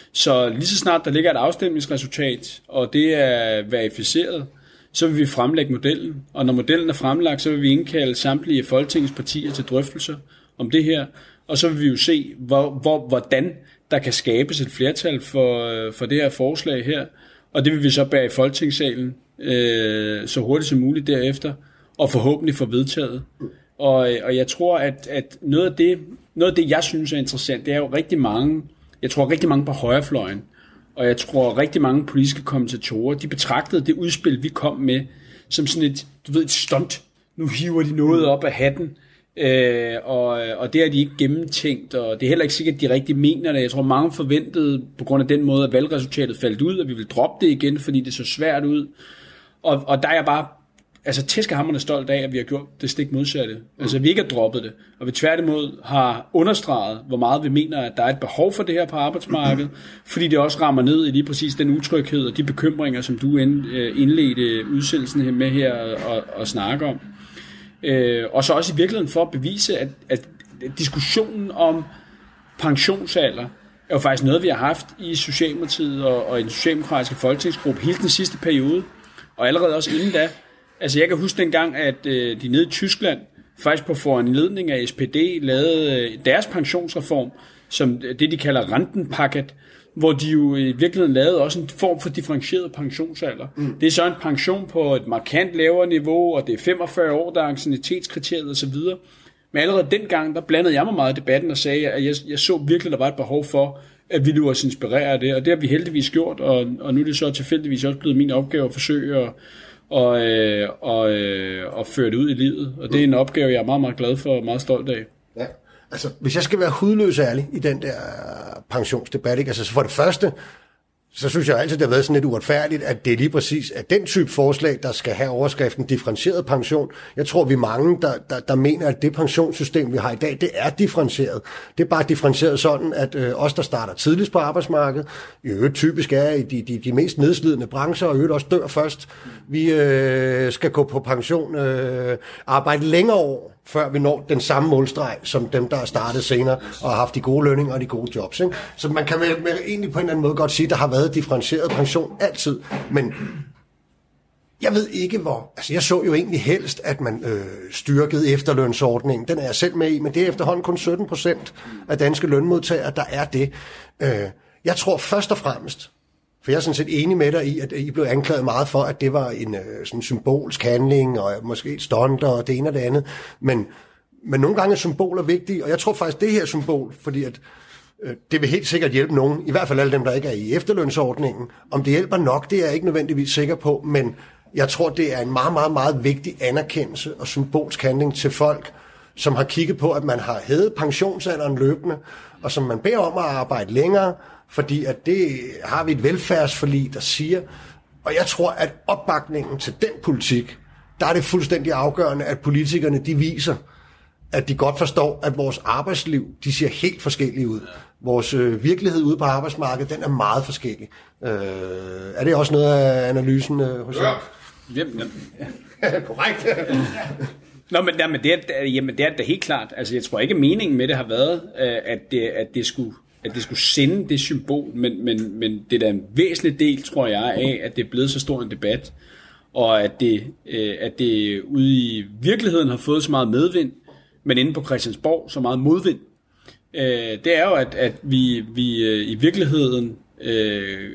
Så lige så snart der ligger et afstemningsresultat, og det er verificeret, så vil vi fremlægge modellen, og når modellen er fremlagt, så vil vi indkalde samtlige Folketingets partier til drøftelser om det her, og så vil vi jo se, hvor, hvor, hvordan der kan skabes et flertal for, for det her forslag her, og det vil vi så bære i Folketingssalen øh, så hurtigt som muligt derefter, og forhåbentlig få vedtaget. Og, og jeg tror, at, at noget, af det, noget af det, jeg synes er interessant, det er jo rigtig mange, jeg tror rigtig mange på højrefløjen, og jeg tror rigtig mange politiske kommentatorer, de betragtede det udspil, vi kom med, som sådan et, du ved, et stunt. Nu hiver de noget op af hatten, øh, og, og det har de ikke gennemtænkt, og det er heller ikke sikkert, at de rigtig mener det. Jeg tror, mange forventede, på grund af den måde, at valgresultatet faldt ud, at vi ville droppe det igen, fordi det så svært ud. Og, og der er jeg bare altså tæskehamrende stolt af, at vi har gjort det stik modsatte. Mm. Altså vi ikke har droppet det, og vi tværtimod har understreget, hvor meget vi mener, at der er et behov for det her på arbejdsmarkedet, fordi det også rammer ned i lige præcis den utryghed og de bekymringer, som du indledte udsendelsen med her og, og snakke om. Øh, og så også i virkeligheden for at bevise, at, at diskussionen om pensionsalder er jo faktisk noget, vi har haft i Socialdemokratiet og, og i den socialdemokratiske folketingsgruppe hele den sidste periode, og allerede også inden da. Altså jeg kan huske dengang, at øh, de nede i Tyskland, faktisk på foranledning af S P D, lavede øh, deres pensionsreform, som det de kalder Rentenpaket, hvor de jo i virkeligheden lavede også en form for differentieret pensionsalder. Mm. Det er så en pension på et markant lavere niveau, og det er femogfyrre år, der er anciennitetskriteriet osv. Men allerede dengang, der blandede jeg mig meget i debatten og sagde, at jeg, jeg så virkelig, der var et behov for, at vi nu også inspirerer det, og det har vi heldigvis gjort, og, og nu er det så tilfældigvis også blevet min opgave at forsøge at og, øh, og, øh, og føre det ud i livet. Og det er en opgave, jeg er meget, meget glad for og meget stolt af. Ja, altså hvis jeg skal være hudløs ærlig i den der pensionsdebat, ikke? Altså så for det første, så synes jeg altid, det har været sådan lidt uretfærdigt, at det er lige præcis at den type forslag, der skal have overskriften differentieret pension. Jeg tror, vi er mange, der, der, der mener, at det pensionssystem, vi har i dag, det er differentieret. Det er bare differentieret sådan, at øh, os, der starter tidligst på arbejdsmarkedet, i øvrigt typisk er i de, de, de mest nedslidende brancher, og i øvrigt også dør først. Vi øh, skal gå på pension, øh, arbejde længere år, før vi når den samme målstreg, som dem, der er startet senere, og har haft de gode lønninger og de gode jobs. Ikke? Så man kan med, med egentlig på en eller anden måde godt sige, at der har været differentieret pension altid, men jeg ved ikke hvor. Altså jeg så jo egentlig helst, at man øh, styrkede efterlønsordningen. Den er jeg selv med i, men det er efterhånden kun sytten procent af danske lønmodtagere, der er det. Øh, jeg tror først og fremmest, for jeg er sådan set enig med dig i, at I blev anklaget meget for, at det var en øh, sådan symbolsk handling, og måske et stunt, og det ene og det andet. Men, men nogle gange er symboler vigtige, og jeg tror faktisk, det her symbol, fordi at øh, det vil helt sikkert hjælpe nogen, i hvert fald alle dem, der ikke er i efterlønsordningen. Om det hjælper nok, det er jeg ikke nødvendigvis sikker på, men jeg tror, det er en meget, meget, meget vigtig anerkendelse og symbolsk handling til folk, som har kigget på, at man har hævet pensionsalderen løbende, og som man beder om at arbejde længere, fordi at det har vi et velfærdsforlig, der siger. Og jeg tror, at opbakningen til den politik, der er det fuldstændig afgørende, at politikerne de viser, at de godt forstår, at vores arbejdsliv, de ser helt forskellige ud. Vores øh, virkelighed ude på arbejdsmarkedet, den er meget forskellig. Øh, er det også noget af analysen øh, hos jer? Jamen, ja. Korrekt. Nå, men, jamen, det er, jamen, det er da helt klart. Altså, jeg tror ikke, meningen med det har været, at det, at det skulle... at det skulle sende det symbol, men, men, men det er da en væsentlig del, tror jeg, af, at det er blevet så stor en debat, og at det, øh, at det ude i virkeligheden har fået så meget medvind, men inde på Christiansborg så meget modvind. Øh, det er jo, at, at vi, vi øh, i virkeligheden øh,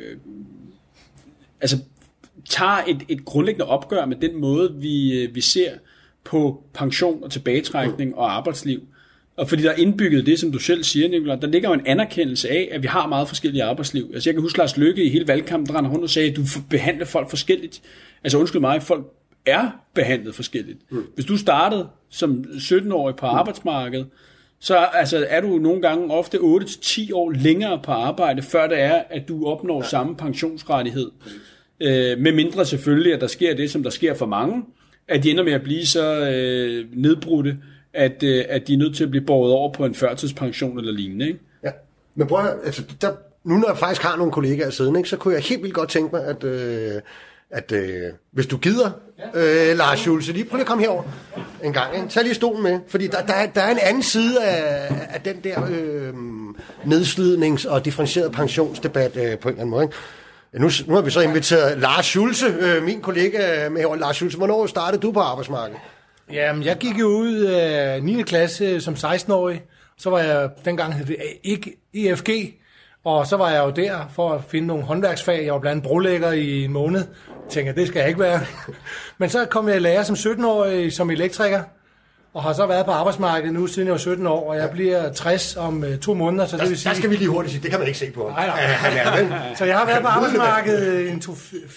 altså tager et, et grundlæggende opgør med den måde, vi, vi ser på pension og tilbagetrækning og arbejdsliv. Og fordi der er indbygget det, som du selv siger, Nicolai, der ligger jo en anerkendelse af, at vi har meget forskellige arbejdsliv. Altså jeg kan huske Lars Løkke i hele valgkampen, der render rundt og sagde, at du behandler folk forskelligt. Altså undskyld mig, folk er behandlet forskelligt. Mm. Hvis du startede som sytten-årig på arbejdsmarkedet, så altså, er du nogle gange ofte otte til ti år længere på arbejde, før det er, at du opnår ja. samme pensionsrettighed. Øh, med mindre selvfølgelig, at der sker det, som der sker for mange, at de ender med at blive så øh, nedbrudte, At, at de er nødt til at blive båret over på en førtidspension eller lignende, ikke? Ja, men prøv at, altså, der, nu når jeg faktisk har nogle kollegaer siden, ikke, så kunne jeg helt vildt godt tænke mig, at, øh, at øh, hvis du gider, øh, Lars Schulze, lige prøv lige at komme herover en gang, ikke? Tag lige stolen med, fordi der, der, er, der er en anden side af, af den der øh, nedslidnings- og differentieret pensionsdebat øh, på en eller anden måde, ikke? Nu, nu har vi så inviteret Lars Schulze, øh, min kollega med herovre. Lars Schulze, hvornår startede du på arbejdsmarkedet? Jamen, jeg gik jo ud af niende klasse som seksten-årig. Så var jeg, dengang hed det ikke E F G, og så var jeg jo der for at finde nogle håndværksfag. Jeg var blandt andet brolægger i en måned. Jeg tænkte, det skal jeg ikke være. Men så kom jeg i lære som sytten-årig som elektriker, og har så været på arbejdsmarkedet nu, siden jeg var sytten år, og jeg bliver tres om uh, to måneder. Så det vil sige, der skal vi lige hurtigt sige, det kan man ikke se på. Nej, nej. Så jeg har været på arbejdsmarkedet i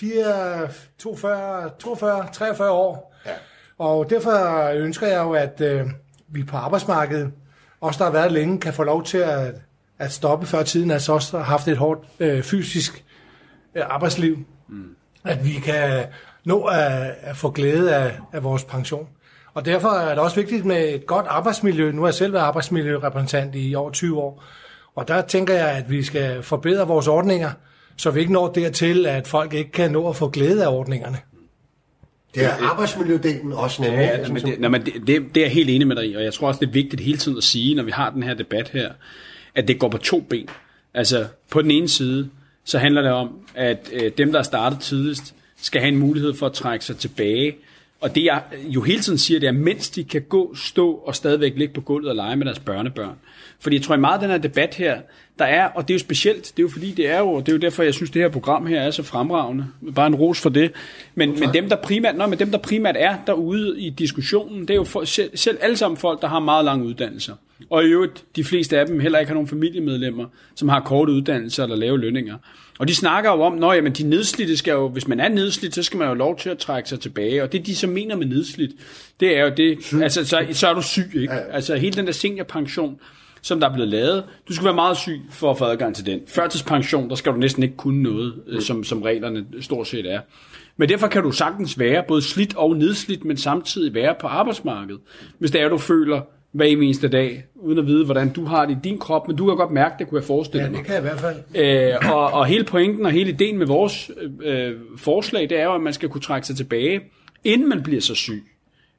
toogfyrre, treogfyrre år. Ja. Og derfor ønsker jeg jo, at øh, vi på arbejdsmarkedet, også der har været længe, kan få lov til at, at stoppe før tiden, altså også har haft et hårdt øh, fysisk øh, arbejdsliv. Mm. At vi kan nå at, at få glæde af, af vores pension. Og derfor er det også vigtigt med et godt arbejdsmiljø. Nu har jeg selv været arbejdsmiljørepræsentant i over tyve år. Og der tænker jeg, at vi skal forbedre vores ordninger, så vi ikke når dertil, at folk ikke kan nå at få glæde af ordningerne. Det er arbejdsmiljødelen også nemlig. Ja, ja, men det, nej, men det, det, det er jeg helt enig med dig i, og jeg tror også, det er vigtigt hele tiden at sige, når vi har den her debat her, at det går på to ben. Altså, på den ene side, så handler det om, at øh, dem, der er startet tidligst, skal have en mulighed for at trække sig tilbage. Og det, jeg jo hele tiden siger, det er, mens de kan gå, stå og stadigvæk ligge på gulvet og lege med deres børnebørn. Fordi jeg tror i meget af den her debat her, der er, og det er jo specielt, det er jo fordi, det er jo, det er jo derfor, jeg synes, det her program her er så fremragende. Bare en ros for det. Men, okay. men, dem, der primært, nøj, men dem, der primært er derude i diskussionen, det er jo for, selv, selv alle sammen folk, der har meget lange uddannelser. Og i øvrigt, de fleste af dem heller ikke har nogen familiemedlemmer, som har korte uddannelser eller lave lønninger. Og de snakker jo om, at de nedslidte skal jo, hvis man er nedslidt, så skal man jo lov til at trække sig tilbage. Og det, de så mener med nedslidt, det er jo det, syg. altså så, så er du syg, ikke? Ja, ja. Altså hele den der seniorpension, som der er blevet lavet, du skal være meget syg for at få adgang til den. Førtidspension, der skal du næsten ikke kunne noget, mm. som, som reglerne stort set er. Men derfor kan du sagtens være både slidt og nedslidt, men samtidig være på arbejdsmarkedet. Hvis det er, du føler hver eneste dag, uden at vide, hvordan du har det i din krop, men du kan godt mærke, det kunne jeg forestille mig. Ja, det kan jeg i hvert fald. Æ, og, og hele pointen og hele ideen med vores øh, forslag, det er jo, at man skal kunne trække sig tilbage, inden man bliver så syg,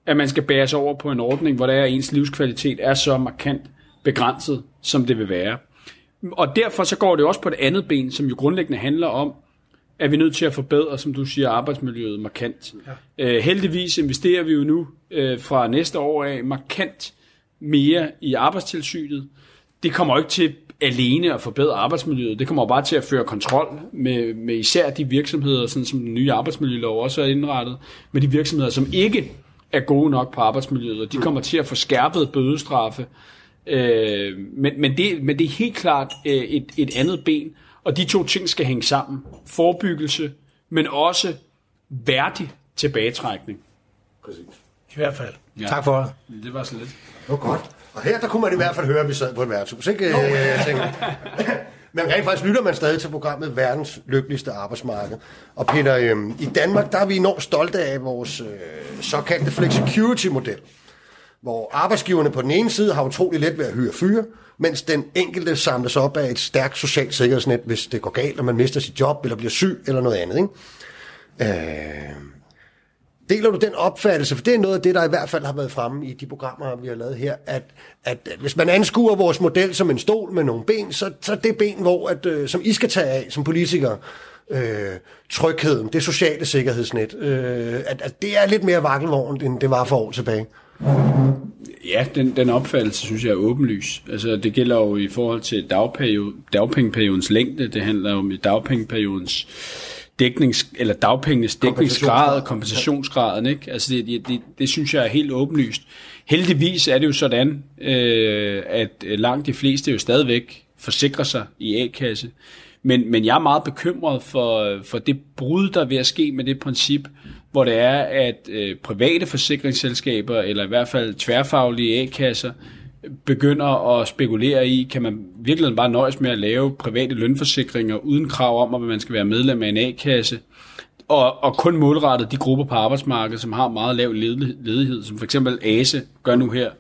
at man skal bæres over på en ordning, hvor der er ens livskvalitet er så markant begrænset, som det vil være. Og derfor så går det også på et andet ben, som jo grundlæggende handler om, at vi er nødt til at forbedre, som du siger, arbejdsmiljøet markant. Ja. Øh, heldigvis investerer vi jo nu øh, fra næste år af markant mere i arbejdstilsynet. Det kommer jo ikke til alene at forbedre arbejdsmiljøet. Det kommer jo bare til at føre kontrol med, med især de virksomheder, sådan som den nye arbejdsmiljølov også er indrettet, med de virksomheder, som ikke er gode nok på arbejdsmiljøet, og de kommer til at få skærpet bødestraffe. Øh, men, men, det, men det er helt klart øh, et, et andet ben, og de to ting skal hænge sammen. Forebyggelse, men også værdig tilbagetrækning. Præcis. I hvert fald. Ja. Tak for det. Det var så lidt. Det var godt. Og her, der kunne man i hvert fald høre, at vi sad på et værtshus, ikke? Oh. Jeg tænker. Men rent faktisk lytter man stadig til programmet Verdens Lykkeligste Arbejdsmarked. Og Peter, øh, i Danmark, der er vi enormt stolte af vores øh, såkaldte flexicurity-model, hvor arbejdsgiverne på den ene side har utrolig let ved at hyre fyre, mens den enkelte samles op af et stærkt socialt sikkerhedsnet, hvis det går galt, og man mister sit job, eller bliver syg, eller noget andet, ikke? Øh, deler du den opfattelse, for det er noget af det, der i hvert fald har været fremme i de programmer, vi har lavet her, at, at hvis man anskuer vores model som en stol med nogle ben, så, så det ben, hvor at, øh, som I skal tage af som politikere, øh, trygheden, det sociale sikkerhedsnet, øh, at, at det er lidt mere vakkelvogn, end det var for år tilbage. Ja, den, den opfattelse synes jeg er åbenlys. Altså, det gælder jo i forhold til dagperiode, dagpengeperiodens længde, det handler om dagpengeperiodens dæknings, eller dagpengenes dækningsgrad, kompensationsgraden, ikke? Altså, det, det, det, det synes jeg er helt åbenlyst. Heldigvis er det jo sådan, øh, at langt de fleste jo stadigvæk forsikrer sig i A-kasse. Men, men jeg er meget bekymret for, for det brud, der er ved at ske med det princip, hvor det er, at øh, private forsikringsselskaber, eller i hvert fald tværfaglige A-kasser, begynder at spekulere i, kan man virkelig bare nøjes med at lave private lønforsikringer uden krav om, at man skal være medlem af en A-kasse, og, og kun målrettet de grupper på arbejdsmarkedet, som har meget lav ledighed, som for eksempel A S E gør nu her.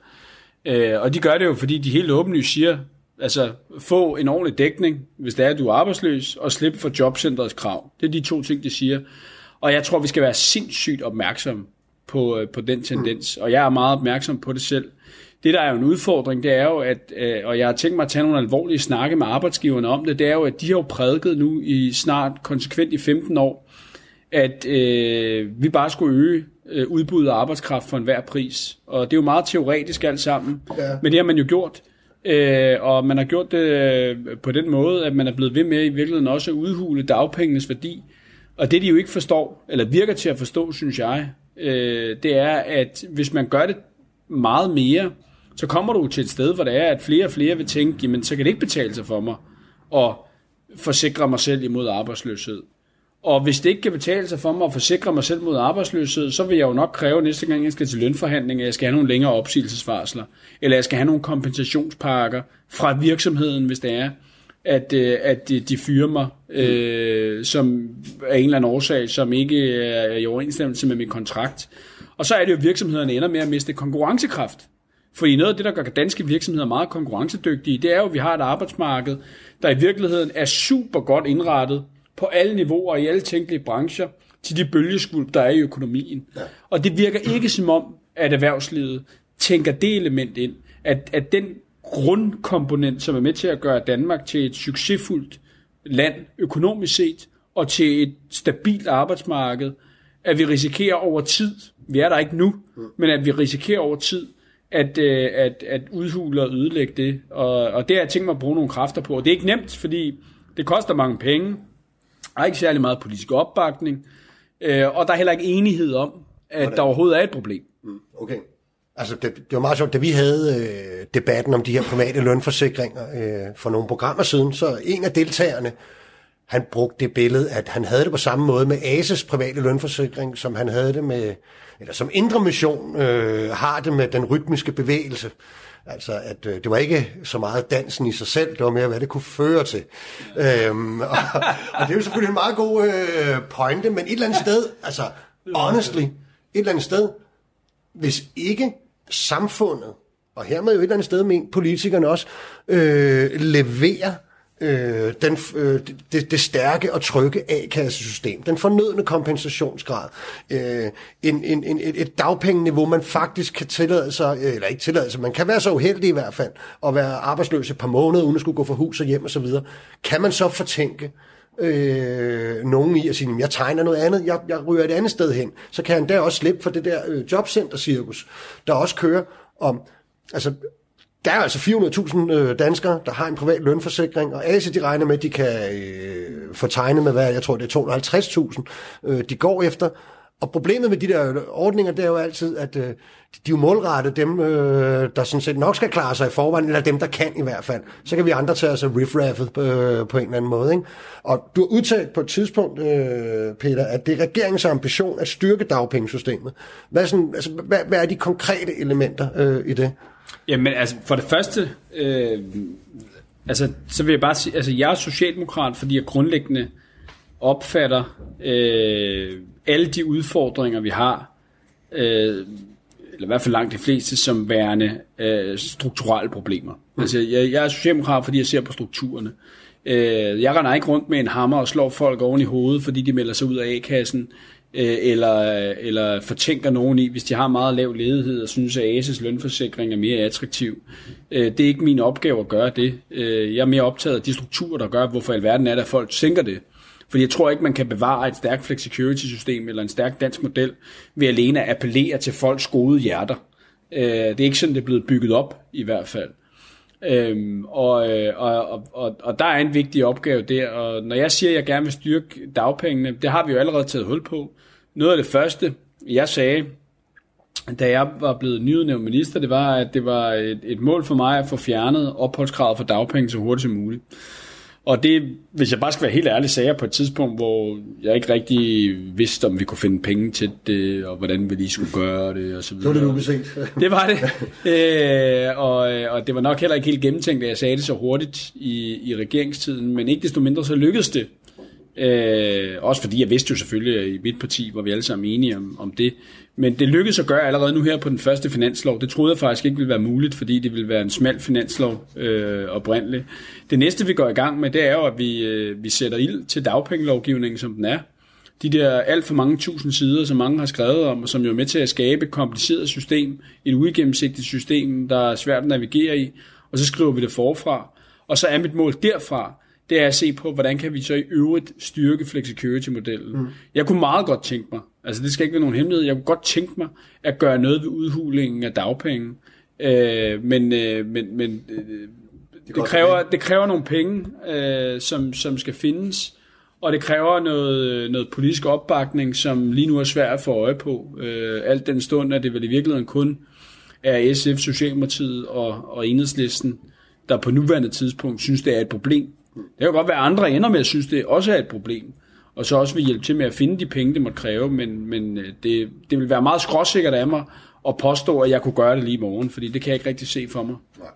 Øh, og de gør det jo, fordi de helt åbenlyst siger, altså få en ordentlig dækning, hvis det er, at du er arbejdsløs, og slip for jobcenterets krav. Det er de to ting, de siger. Og jeg tror, vi skal være sindssygt opmærksomme på, på den tendens, og jeg er meget opmærksom på det selv. Det, der er jo en udfordring, det er jo, at, og jeg har tænkt mig at tage nogle alvorlige snakke med arbejdsgiverne om det, det er jo, at de har jo prædiket nu i snart konsekvent i femten år, at øh, vi bare skulle øge øh, udbuddet af arbejdskraft for enhver pris. Og det er jo meget teoretisk alt sammen, ja. Men det har man jo gjort. Øh, og man har gjort det øh, på den måde, at man er blevet ved med i virkeligheden også at udhule dagpengenes værdi. Og det, de jo ikke forstår, eller virker til at forstå, synes jeg, øh, det er, at hvis man gør det meget mere, så kommer du til et sted, hvor det er, at flere og flere vil tænke, jamen så kan det ikke betale sig for mig at forsikre mig selv imod arbejdsløshed. Og hvis det ikke kan betale sig for mig at forsikre mig selv mod arbejdsløshed, så vil jeg jo nok kræve næste gang, jeg skal til lønforhandling, at jeg skal have nogle længere opsigelsesvarsler, eller jeg skal have nogle kompensationspakker fra virksomheden, hvis det er, at, at de, de fyrer mig, øh, som er en eller anden årsag, som ikke er i overensstemmelse med min kontrakt. Og så er det jo, at virksomhederne ender med at miste konkurrencekraft. Fordi noget af det, der gør danske virksomheder meget konkurrencedygtige, det er jo, at vi har et arbejdsmarked, der i virkeligheden er super godt indrettet på alle niveauer i alle tænkelige brancher til de bølgeskvulp, der er i økonomien. Ja. Og det virker ikke som om, at erhvervslivet tænker det element ind, at, at den grundkomponent, som er med til at gøre Danmark til et succesfuldt land økonomisk set, og til et stabilt arbejdsmarked, at vi risikerer over tid, vi er der ikke nu, mm. men at vi risikerer over tid, at, at, at udhule og ødelægge det. Og, og det har jeg tænkt mig at bruge nogle kræfter på. Og det er ikke nemt, fordi det koster mange penge, der er ikke særlig meget politisk opbakning, øh, og der er heller ikke enighed om, at Hvordan? der overhovedet er et problem. Mm, okay. Altså, det, det var meget sjovt, da vi havde øh, debatten om de her private lønforsikringer øh, for nogle programmer siden, så en af deltagerne, han brugte det billede, at han havde det på samme måde med A S E's private lønforsikring, som han havde det med, eller som Indre Mission øh, har det med den rytmiske bevægelse. Altså, at øh, det var ikke så meget dansen i sig selv, det var mere, hvad det kunne føre til. Øhm, og, og det er jo selvfølgelig en meget god øh, pointe, men et eller andet sted, altså, honestly, et eller andet sted, hvis ikke samfundet, og hermed jo et eller andet sted, men politikerne også, øh, leverer øh, den, øh, det, det stærke og trygge A-kassesystem, den fornødne kompensationsgrad, øh, en, en, en, et dagpengeniveau, man faktisk kan tillade sig, eller ikke tillade sig, man kan være så uheldig i hvert fald, at være arbejdsløs et par måneder, uden at skulle gå fra hus og hjem og så videre. Kan man så fortænke øh, nogen i at sige, jeg tegner noget andet, jeg, jeg ryger et andet sted hen, så kan han der også slippe for det der øh, jobcenter-cirkus, der også kører om, altså, der er altså fire hundrede tusind øh, danskere, der har en privat lønforsikring, og A S E, de regner med, at de kan øh, få tegnet med, hvad jeg tror, det er to hundrede og halvtreds tusind, øh, de går efter. Og problemet med de der ordninger, det er jo altid, at øh, de er jo målrettet dem, øh, der sådan set nok skal klare sig i forvejen, eller dem, der kan i hvert fald. Så kan vi andre tage os af riff-raffet på, øh, på en eller anden måde. Ikke? Og du har udtalt på et tidspunkt, øh, Peter, at det er regeringens ambition at styrke dagpengesystemet. Hvad er, sådan, altså, hvad, hvad er de konkrete elementer øh, i det? Jamen, altså, for det første, øh, altså, så vil jeg bare sige, altså, jeg er socialdemokrat, fordi jeg grundlæggende opfatter øh, alle de udfordringer, vi har, øh, eller i hvert fald langt de fleste, som værende øh, strukturelle problemer. Mm. Altså, jeg, jeg er socialdemokrat, fordi jeg ser på strukturerne. Øh, jeg render ikke rundt med en hammer og slår folk oven i hovedet, fordi de melder sig ud af A-kassen, eller, eller fortænker nogen i, hvis de har meget lav ledighed og synes, at A S E's lønforsikring er mere attraktiv. Det er ikke min opgave at gøre det. Jeg er mere optaget af de strukturer, der gør, hvorfor i alverden er det, at folk tænker det. Fordi jeg tror ikke, man kan bevare et stærkt flexicurity-system eller en stærk dansk model ved alene at appellere til folks gode hjerter. Det er ikke sådan, det er blevet bygget op, i hvert fald. Øhm, og, og, og, og der er en vigtig opgave der, og når jeg siger, at jeg gerne vil styrke dagpengene, det har vi jo allerede taget hul på. Noget af det første, jeg sagde, da jeg var blevet nyudnævnt minister, det var, at det var et, et mål for mig at få fjernet opholdskravet for dagpenge så hurtigt som muligt. Og det, hvis jeg bare skal være helt ærlig, sagde jeg på et tidspunkt, hvor jeg ikke rigtig vidste, om vi kunne finde penge til det, og hvordan vi lige skulle gøre det, og så videre. Det var det ubeset. Det var det. Øh, og, og det var nok heller ikke helt gennemtænkt, at jeg sagde det så hurtigt i, i regeringstiden, men ikke desto mindre så lykkedes det. Øh, også fordi jeg vidste jo selvfølgelig, at i mit parti var vi alle sammen enige om, om det. Men det lykkedes at gøre allerede nu her på den første finanslov. Det troede jeg faktisk ikke ville være muligt, fordi det ville være en smal finanslov øh, oprindeligt. Det næste, vi går i gang med, det er jo, at vi, øh, vi sætter ild til dagpengelovgivningen, som den er. De der alt for mange tusind sider, som mange har skrevet om, og som jo er med til at skabe et kompliceret system, et uigennemsigtigt system, der er svært at navigere i, og så skriver vi det forfra. Og så er mit mål derfra, det er at se på, hvordan kan vi så i øvrigt styrke flexicurity-modellen. Mm. Jeg kunne meget godt tænke mig, altså det skal ikke være nogen hemmelighed, jeg kunne godt tænke mig at gøre noget ved udhulingen af dagpenge, øh, men, øh, men, men øh, det, det, kræver, det kræver nogle penge, øh, som, som skal findes, og det kræver noget, noget politisk opbakning, som lige nu er svært at få øje på. Øh, alt den stund, at det vel i virkeligheden kun er S F, Socialdemokratiet og, og Enhedslisten, der på nuværende tidspunkt synes, det er et problem. Det kan godt være, at andre ender med at synes, det også er et problem, og så også vil hjælpe til med at finde de penge, det måtte kræve, men, men det, det vil være meget skråsikkert af mig at påstå, at jeg kunne gøre det lige i morgen, fordi det kan jeg ikke rigtig se for mig.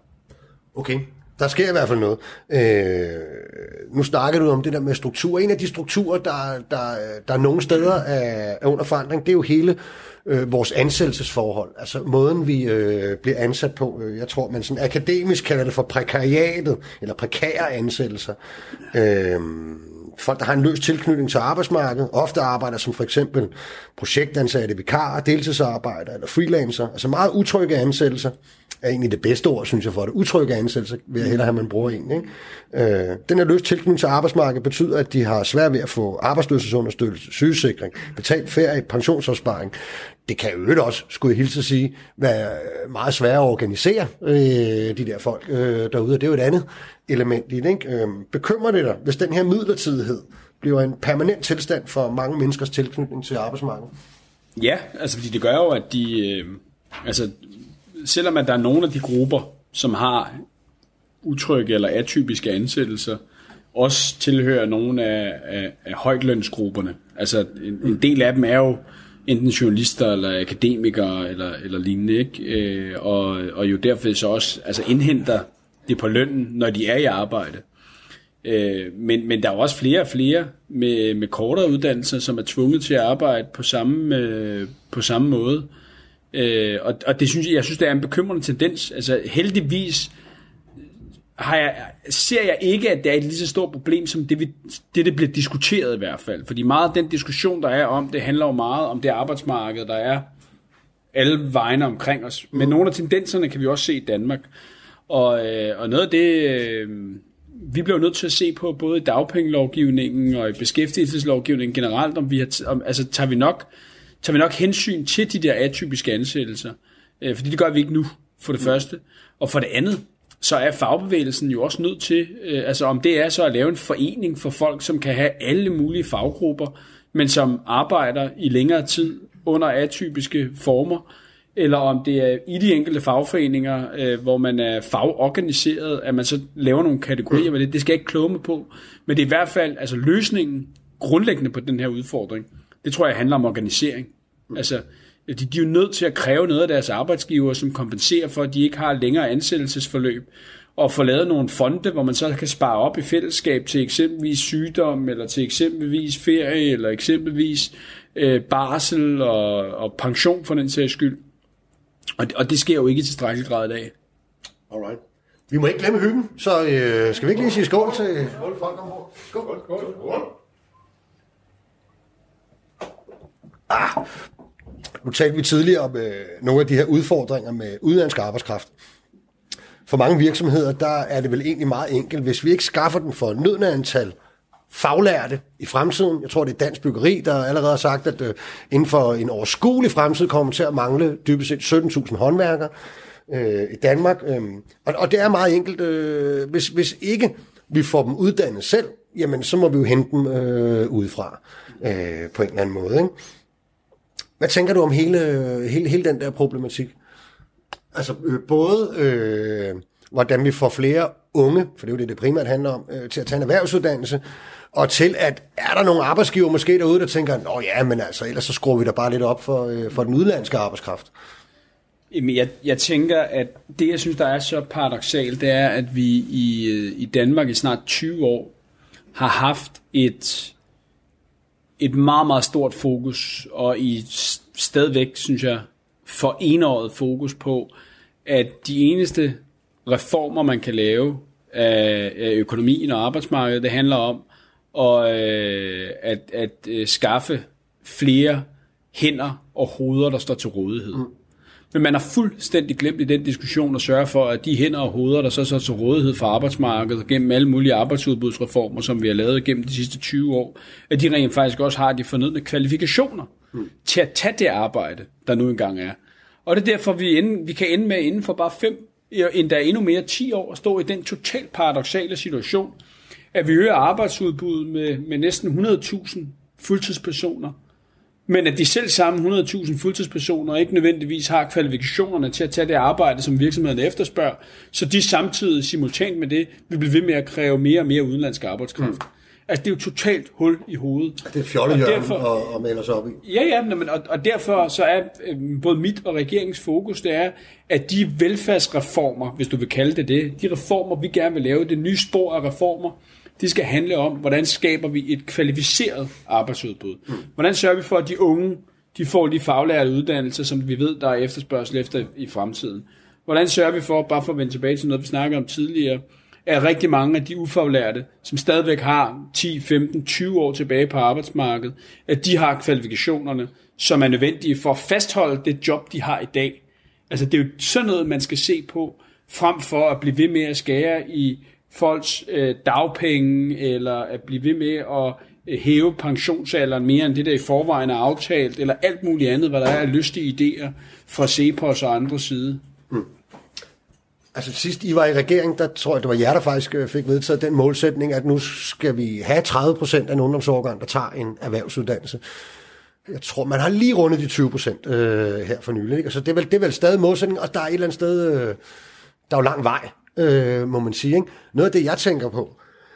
Okay, der sker i hvert fald noget. Øh, nu snakker du om det der med struktur. En af de strukturer, der, der, der er nogle steder er, er under forandring, det er jo hele øh, vores ansættelsesforhold. Altså måden, vi øh, bliver ansat på. Jeg tror, man sådan akademisk kalder det for prekariatet, eller prekære ansættelser. Øh, folk, der har en løs tilknytning til arbejdsmarkedet, ofte arbejder som for eksempel projektansatte, vikarer, deltidsarbejdere eller freelancer. Altså meget utrygge ansættelser er egentlig det bedste ord, synes jeg, for det. Utrygge ansættelser vil jeg hellere have, man bruger en. Ikke? Øh, den her løs tilknytning til arbejdsmarkedet betyder, at de har svært ved at få arbejdsløshedsunderstøttelse, sygesikring, betalt ferie, pensionsopsparing. Det kan jo ikke også, skulle jeg hilse at sige, være meget svært at organisere øh, de der folk øh, derude, og det er jo et andet element i det. Ikke? Øh, bekymrer det dig, hvis den her midlertidighed bliver en permanent tilstand for mange menneskers tilknytning til arbejdsmarkedet? Ja, altså fordi det gør jo, at de... Øh, altså selvom at der er nogle af de grupper, som har utrygge eller atypiske ansættelser, også tilhører nogle af, af, af højtlønsgrupperne. Altså en, en del af dem er jo enten journalister eller akademikere eller, eller lignende, ikke? Øh, og, og jo derfor så også altså indhenter det på lønnen, når de er i arbejde. Øh, men, men der er også flere og flere med, med kortere uddannelser, som er tvunget til at arbejde på samme, øh, på samme måde. Øh, og, og det synes jeg, jeg synes, det er en bekymrende tendens. Altså heldigvis har jeg, ser jeg ikke, at det er et lige så stort problem, som det, vi, det, det bliver diskuteret i hvert fald. Fordi meget af den diskussion, der er om, det handler jo meget om det arbejdsmarked, der er alle vegne omkring os. Men mm. nogle af tendenserne kan vi også se i Danmark. Og, øh, og noget af det, øh, vi bliver nødt til at se på, både i dagpengelovgivningen og i beskæftigelseslovgivningen generelt, om vi har, om, altså tager vi nok, tager vi nok hensyn til de der atypiske ansættelser. Øh, fordi det gør vi ikke nu, for det mm. første. Og for det andet, så er fagbevægelsen jo også nødt til, øh, altså om det er så at lave en forening for folk, som kan have alle mulige faggrupper, men som arbejder i længere tid under atypiske former, eller om det er i de enkelte fagforeninger, øh, hvor man er fagorganiseret, at man så laver nogle kategorier med det. Det skal jeg ikke kloge mig på, men det er i hvert fald altså løsningen grundlæggende på den her udfordring. Det tror jeg handler om organisering. Altså, de, de er jo nødt til at kræve noget af deres arbejdsgiver, som kompenserer for, at de ikke har længere ansættelsesforløb, og få lavet nogle fonde, hvor man så kan spare op i fællesskab til eksempelvis sygdom, eller til eksempelvis ferie, eller eksempelvis øh, barsel og, og pension for den sags skyld. Og det, og det sker jo ikke i tilstrækkelig grad i dag. Alright. Vi må ikke glemme hyggen, så øh, skal vi ikke lige sige skål til skål folk ombord? Skål, skål, skål. Ah, nu talte vi tidligere om øh, nogle af de her udfordringer med udenlandsk arbejdskraft. For mange virksomheder, der er det vel egentlig meget enkelt. Hvis vi ikke skaffer den for nødne antal faglærte i fremtiden, jeg tror det er Dansk Byggeri, der allerede har sagt, at øh, inden for en overskuelig fremtid kommer til at mangle dybest set sytten tusind håndværkere øh, i Danmark. Øh, og, og det er meget enkelt. Øh, hvis, hvis ikke vi får dem uddannet selv, jamen så må vi jo hente dem øh, udefra øh, på en eller anden måde. Ikke? Hvad tænker du om hele, hele, hele den der problematik? Altså øh, både øh, hvordan vi får flere unge, for det er jo det, det primært handler om, øh, til at tage en erhvervsuddannelse, og til at er der nogle arbejdsgiver måske derude, der tænker, nå ja, men altså, ellers så skruer vi da bare lidt op for, øh, for den udenlandske arbejdskraft. Jamen, jeg, jeg tænker, at det, jeg synes, der er så paradoksalt, det er, at vi i, i Danmark i snart tyve år har haft et, et meget, meget stort fokus, og i stadigvæk, synes jeg, for enåret fokus på, at de eneste reformer, man kan lave af, af økonomien og arbejdsmarkedet, det handler om at, at, at skaffe flere hænder og hoveder, der står til rådighed. Mm. Men man har fuldstændig glemt i den diskussion at sørge for, at de hænder og hoveder, der så står til rådighed for arbejdsmarkedet gennem alle mulige arbejdsudbudsreformer, som vi har lavet gennem de sidste tyve år, at de rent faktisk også har de fornødne kvalifikationer mm. til at tage det arbejde, der nu engang er. Og det er derfor, vi, ende, vi kan ende med inden for bare fem, endda endnu mere ti år, at stå i den totalt paradoksale situation, at vi øger arbejdsudbuddet med, med næsten hundrede tusind fuldtidspersoner, men at de selv samme hundrede tusind fuldtidspersoner ikke nødvendigvis har kvalifikationerne til at tage det arbejde, som virksomhederne efterspørger, så de samtidig simultant med det vil blive ved med at kræve mere og mere udenlandsk arbejdskraft. Mm. Altså, det er jo totalt hul i hovedet. Det er fjollehjørn og, og melde sig op i. Ja, ja, men, og, og derfor så er øh, både mit og regeringens fokus, det er, at de velfærdsreformer, hvis du vil kalde det det, de reformer, vi gerne vil lave, det nye spor af reformer, de skal handle om, hvordan skaber vi et kvalificeret arbejdsudbud. Mm. Hvordan sørger vi for, at de unge, de får de faglærte uddannelser, som vi ved, der er efterspørgsel efter i fremtiden. Hvordan sørger vi for, bare for at vende tilbage til noget, vi snakkede om tidligere, at rigtig mange af de ufaglærte, som stadigvæk har ti, femten, tyve år tilbage på arbejdsmarkedet, at de har kvalifikationerne, som er nødvendige for at fastholde det job, de har i dag. Altså det er jo sådan noget, man skal se på, frem for at blive ved med at skære i folks øh, dagpenge, eller at blive ved med at øh, hæve pensionsalderen mere end det, der i forvejen er aftalt, eller alt muligt andet, hvad der er af lystige idéer fra Cepos og andre side. Mm. Altså sidst I var i regeringen, der tror jeg, det var jer, der faktisk fik vedtaget den målsætning, at nu skal vi have tredive procent af en ungdomsårgang, der tager en erhvervsuddannelse. Jeg tror, man har lige rundet de tyve procent øh, her for nylig. Ikke? Så det er, vel, det er vel stadig målsætning, og der er et eller andet sted, øh, der er jo lang vej, øh, må man sige. Ikke? Noget af det, jeg tænker på,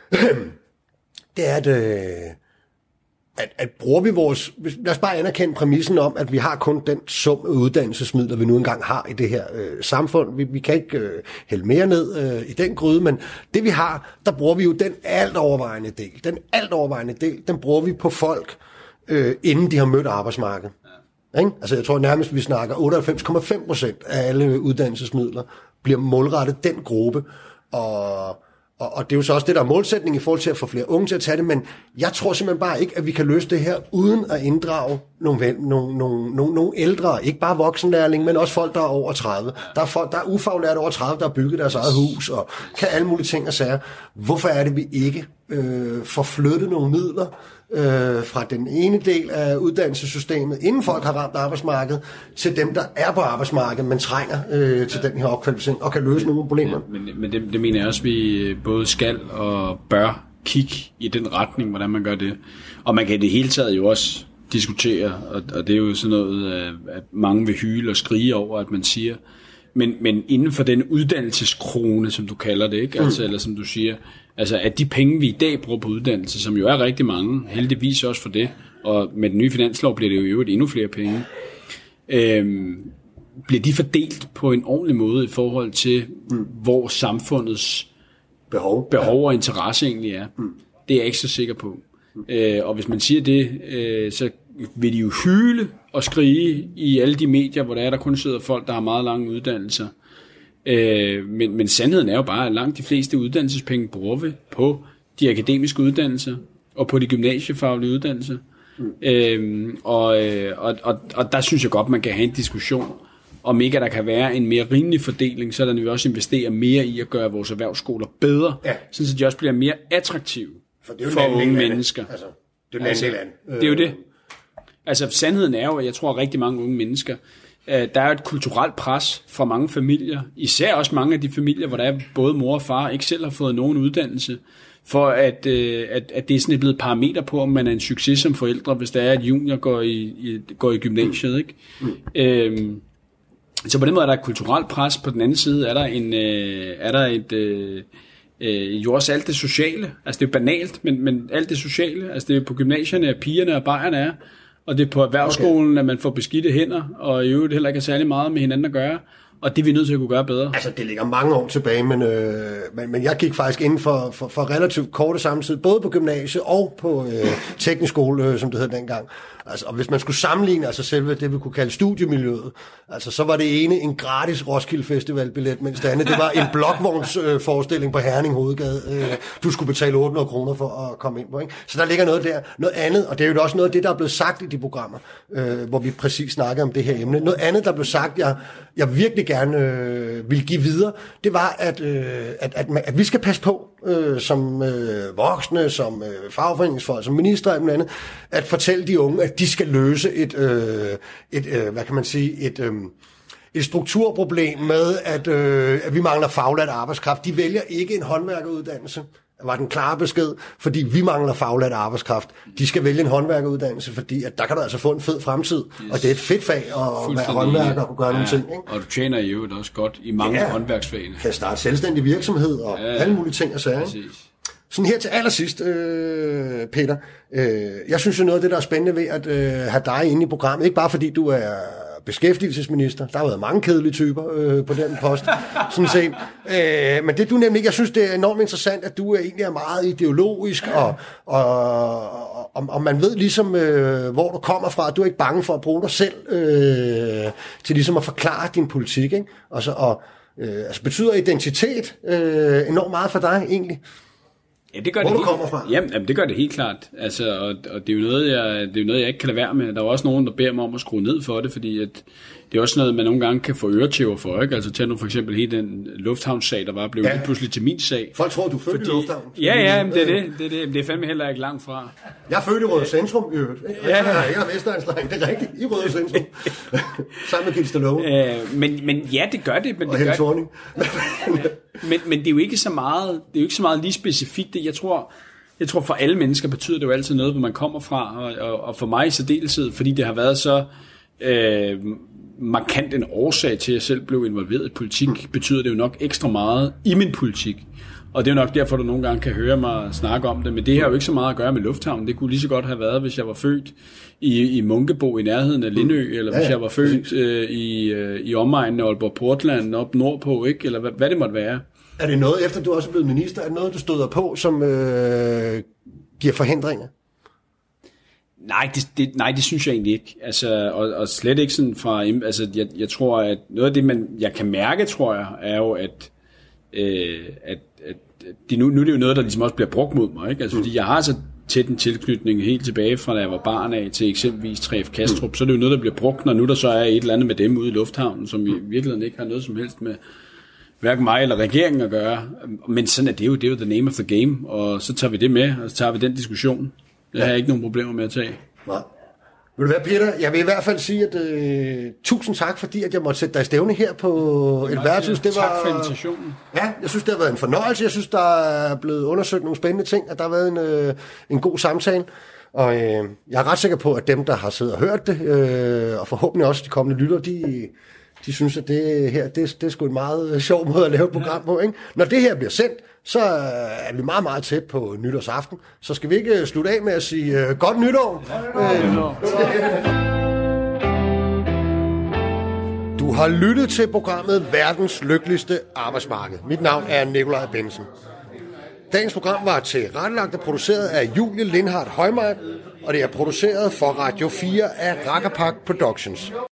det er, at, øh, at, at bruger vi vores... Lad os bare anerkende præmissen om, at vi har kun den sum af uddannelsesmidler, vi nu engang har i det her øh, samfund. Vi, vi kan ikke øh, hælde mere ned øh, i den gryde, men det vi har, der bruger vi jo den alt overvejende del. Den alt overvejende del, den bruger vi på folk, øh, inden de har mødt arbejdsmarkedet. Ja. Ikke? Altså jeg tror nærmest, vi snakker otteoghalvfems komma fem procent af alle uddannelsesmidler bliver målrettet den gruppe. og, og, og det er jo så også det, der er målsætning i forhold til at få flere unge til at tage det, men jeg tror simpelthen bare ikke, at vi kan løse det her uden at inddrage nogle, nogle, nogle, nogle, nogle ældre, ikke bare voksenlærling, men også folk, der er over tredive. Der er, folk, der er ufaglærte over tredive, der har bygget deres eget hus og kan alle mulige ting og sager. Hvorfor er det, vi ikke øh, får flyttet nogle midler øh, fra den ene del af uddannelsessystemet, inden folk har ramt arbejdsmarkedet, til dem, der er på arbejdsmarkedet, men trænger øh, til den her opkvalificering og kan løse nogle problemer? Ja, men men det, det mener jeg også, vi både skal og bør kigge i den retning, hvordan man gør det. Og man kan i det hele taget jo også diskutere, og, og det er jo sådan noget, at mange vil hyle og skrige over, at man siger, men, men inden for den uddannelseskrone, som du kalder det, ikke? Altså, mm. eller som du siger, altså at de penge, vi i dag bruger på uddannelse, som jo er rigtig mange, heldigvis også for det, og med den nye finanslov bliver det jo et endnu flere penge, øhm, bliver de fordelt på en ordentlig måde i forhold til, mm. hvor samfundets behov, behov og interesse egentlig er. Mm. Det er jeg ikke så sikker på. Mm. Øh, og hvis man siger det, øh, så vil de jo hyle og skrige i alle de medier, hvor der er, der kun sidder folk, der har meget lange uddannelser. Øh, men, men sandheden er jo bare, at langt de fleste uddannelsespenge bruger vi på de akademiske uddannelser og på de gymnasiefaglige uddannelser. Mm. Øh, og, og, og, og der synes jeg godt, man kan have en diskussion om ikke, at der kan være en mere rimelig fordeling, så der vi også investere mere i at gøre vores erhvervsskoler bedre, ja. Så de også bliver mere attraktive for, det er jo for unge mennesker. Altså, det er jo altså, det er jo det. Altså sandheden er jo, at jeg tror, at rigtig mange unge mennesker, der er et kulturelt pres fra mange familier, især også mange af de familier, hvor der er både mor og far ikke selv har fået nogen uddannelse, for at, at, at det er sådan blevet et parameter på, om man er en succes som forældre, hvis der er, at junior går i, i, går i gymnasiet. Ikke? Mm. Øhm, så på den måde er der et kulturelt pres, på den anden side er der, en, øh, er der et... Øh, Øh, jo også alt det sociale, altså det er banalt, men, men alt det sociale, altså det er på gymnasierne, at pigerne og bajerne er, og det er på erhvervsskolen, okay. At man får beskidte hænder, og i øvrigt heller ikke har særlig meget med hinanden at gøre, og det er vi nødt til at kunne gøre bedre. Altså det ligger mange år tilbage, men, øh, men, men jeg gik faktisk inden for, for, for relativt korte samtidig, både på gymnasiet og på øh, teknisk skole, øh, som det hed dengang. Altså, og hvis man skulle sammenligne altså selve det, vi kunne kalde studiemiljøet, altså så var det ene en gratis Roskilde Festival-billet, mens det andet, det var en blokvognsforestilling øh, på Herning Hovedgade. Øh, du skulle betale otte hundrede kroner for at komme ind på, ikke? Så der ligger noget der. Noget andet, og det er jo også noget af det, der er blevet sagt i de programmer, øh, hvor vi præcis snakker om det her emne. Noget andet, der blev sagt, jeg, jeg virkelig gerne øh, vil give videre, det var, at, øh, at, at, man, at vi skal passe på, øh, som øh, voksne, som øh, fagforeningsfolk, som minister og andet, at fortælle de unge, at de skal løse et, øh, et øh, hvad kan man sige, et, øh, et strukturproblem med, at, øh, at vi mangler faglært arbejdskraft. De vælger ikke en håndværkeruddannelse. Det var den klare besked, fordi vi mangler faglært arbejdskraft. De skal vælge en håndværkeruddannelse, fordi at der kan du altså få en fed fremtid, yes. Og det er et fedt fag at være håndværker og kunne gøre ja. Nogle ting. Ikke? Og du tjener jo også godt i mange ja, håndværksfagene. Kan starte selvstændig virksomhed og ja, alle mulige ting og sager. Sådan her til allersidst, øh, Peter. Øh, jeg synes jo noget af det, der er spændende ved at øh, have dig inde i programmet, ikke bare fordi du er beskæftigelsesminister. Der har været mange kedelige typer øh, på den post, sådan set. Øh, men det du nemlig ikke, jeg synes, det er enormt interessant, at du egentlig er meget ideologisk, og, og, og, og man ved ligesom, øh, hvor du kommer fra. Du er ikke bange for at bruge dig selv øh, til ligesom at forklare din politik, ikke? Og så, og, øh, altså betyder identitet øh, enormt meget for dig, egentlig? Ja, det gør Hvor det du helt, kommer fra? Jamen, jamen, det gør det helt klart. Altså, og, og det er jo noget, jeg, det er jo noget, jeg ikke kan lade være med. Der er også nogen, der beder mig om at skrue ned for det, fordi at det er også noget, man nogle gange kan få øretæver for, ikke? Altså, tag nu for eksempel hele den lufthavnssag, der var blevet ja. Pludselig til min sag. Folk tror, du er født i lufthavnen. Ja, ja, det er det. Det er, det. det er fandme heller ikke langt fra. Jeg er født i Røde Centrum, i øvrigt. Ja, ja. Jeg er Vestegnsdreng, det er rigtigt, i Røde Centrum. Sammen med Gilles Stallone. Øh, men, men ja, det gør det. Men og det Helle gør Thorning. men, men det er jo ikke så meget, det er jo ikke så meget lige specifikt. Det, jeg tror, jeg tror for alle mennesker betyder det jo altid noget, hvor man kommer fra, og, og, og for mig i særdeleshed, fordi det har været så øh, markant en årsag til, at jeg selv blev involveret i politik, mm. betyder det jo nok ekstra meget i min politik. Og det er jo nok derfor, du nogle gange kan høre mig snakke om det, men det har jo ikke så meget at gøre med lufthavnen. Det kunne lige så godt have været, hvis jeg var født i, i Munkebo i nærheden af Lindø, eller ja, ja. Hvis jeg var født øh, i, øh, i omegnen af Aalborg Portland op nordpå, ikke? Eller hvad, hvad det måtte være. Er det noget, efter du også er blevet minister, er det noget, du støder på, som øh, giver forhindringer? Nej det, det, nej, det synes jeg egentlig ikke. Altså, og, og slet ikke sådan fra... Altså, jeg, jeg tror, at noget af det, man, jeg kan mærke, tror jeg, er jo, at, øh, at at det nu, nu er det jo noget, der ligesom også bliver brugt mod mig, ikke? Altså, fordi jeg har så tæt en tilknytning helt tilbage fra da jeg var barn af til eksempelvis tre F Kastrup, mm. så er det jo noget, der bliver brugt, når nu der så er et eller andet med dem ude i lufthavnen, som i virkeligheden ikke har noget som helst med hverken mig eller regeringen at gøre. Men sådan er det jo, det er jo the name of the game, og så tager vi det med, og så tager vi den diskussion. Det har jeg ikke nogen problemer med at tage. Nej. Vil du være, Peter? Jeg vil i hvert fald sige, at øh, tusind tak, fordi at jeg måtte sætte dig i stævne her på et værtshus. Det var, tak for invitationen. Ja, jeg synes, det har været en fornøjelse. Jeg synes, der er blevet undersøgt nogle spændende ting, at der har været en, øh, en god samtale. Og øh, jeg er ret sikker på, at dem, der har siddet og hørt det, øh, og forhåbentlig også de kommende lytter, de, de synes, at det her, det, det er sgu en meget sjov måde at lave et program på. Ikke? Når det her bliver sendt, så er vi meget, meget tæt på nytårsaften. Så skal vi ikke slutte af med at sige uh, godt nytår. Ja, øh, du har lyttet til programmet Verdens Lykkeligste Arbejdsmarked. Mit navn er Nikolaj Bensen. Dagens program var tilrettelagt og produceret af Julie Lindhardt Højmark, og det er produceret for Radio fire af Rakkerpark Productions.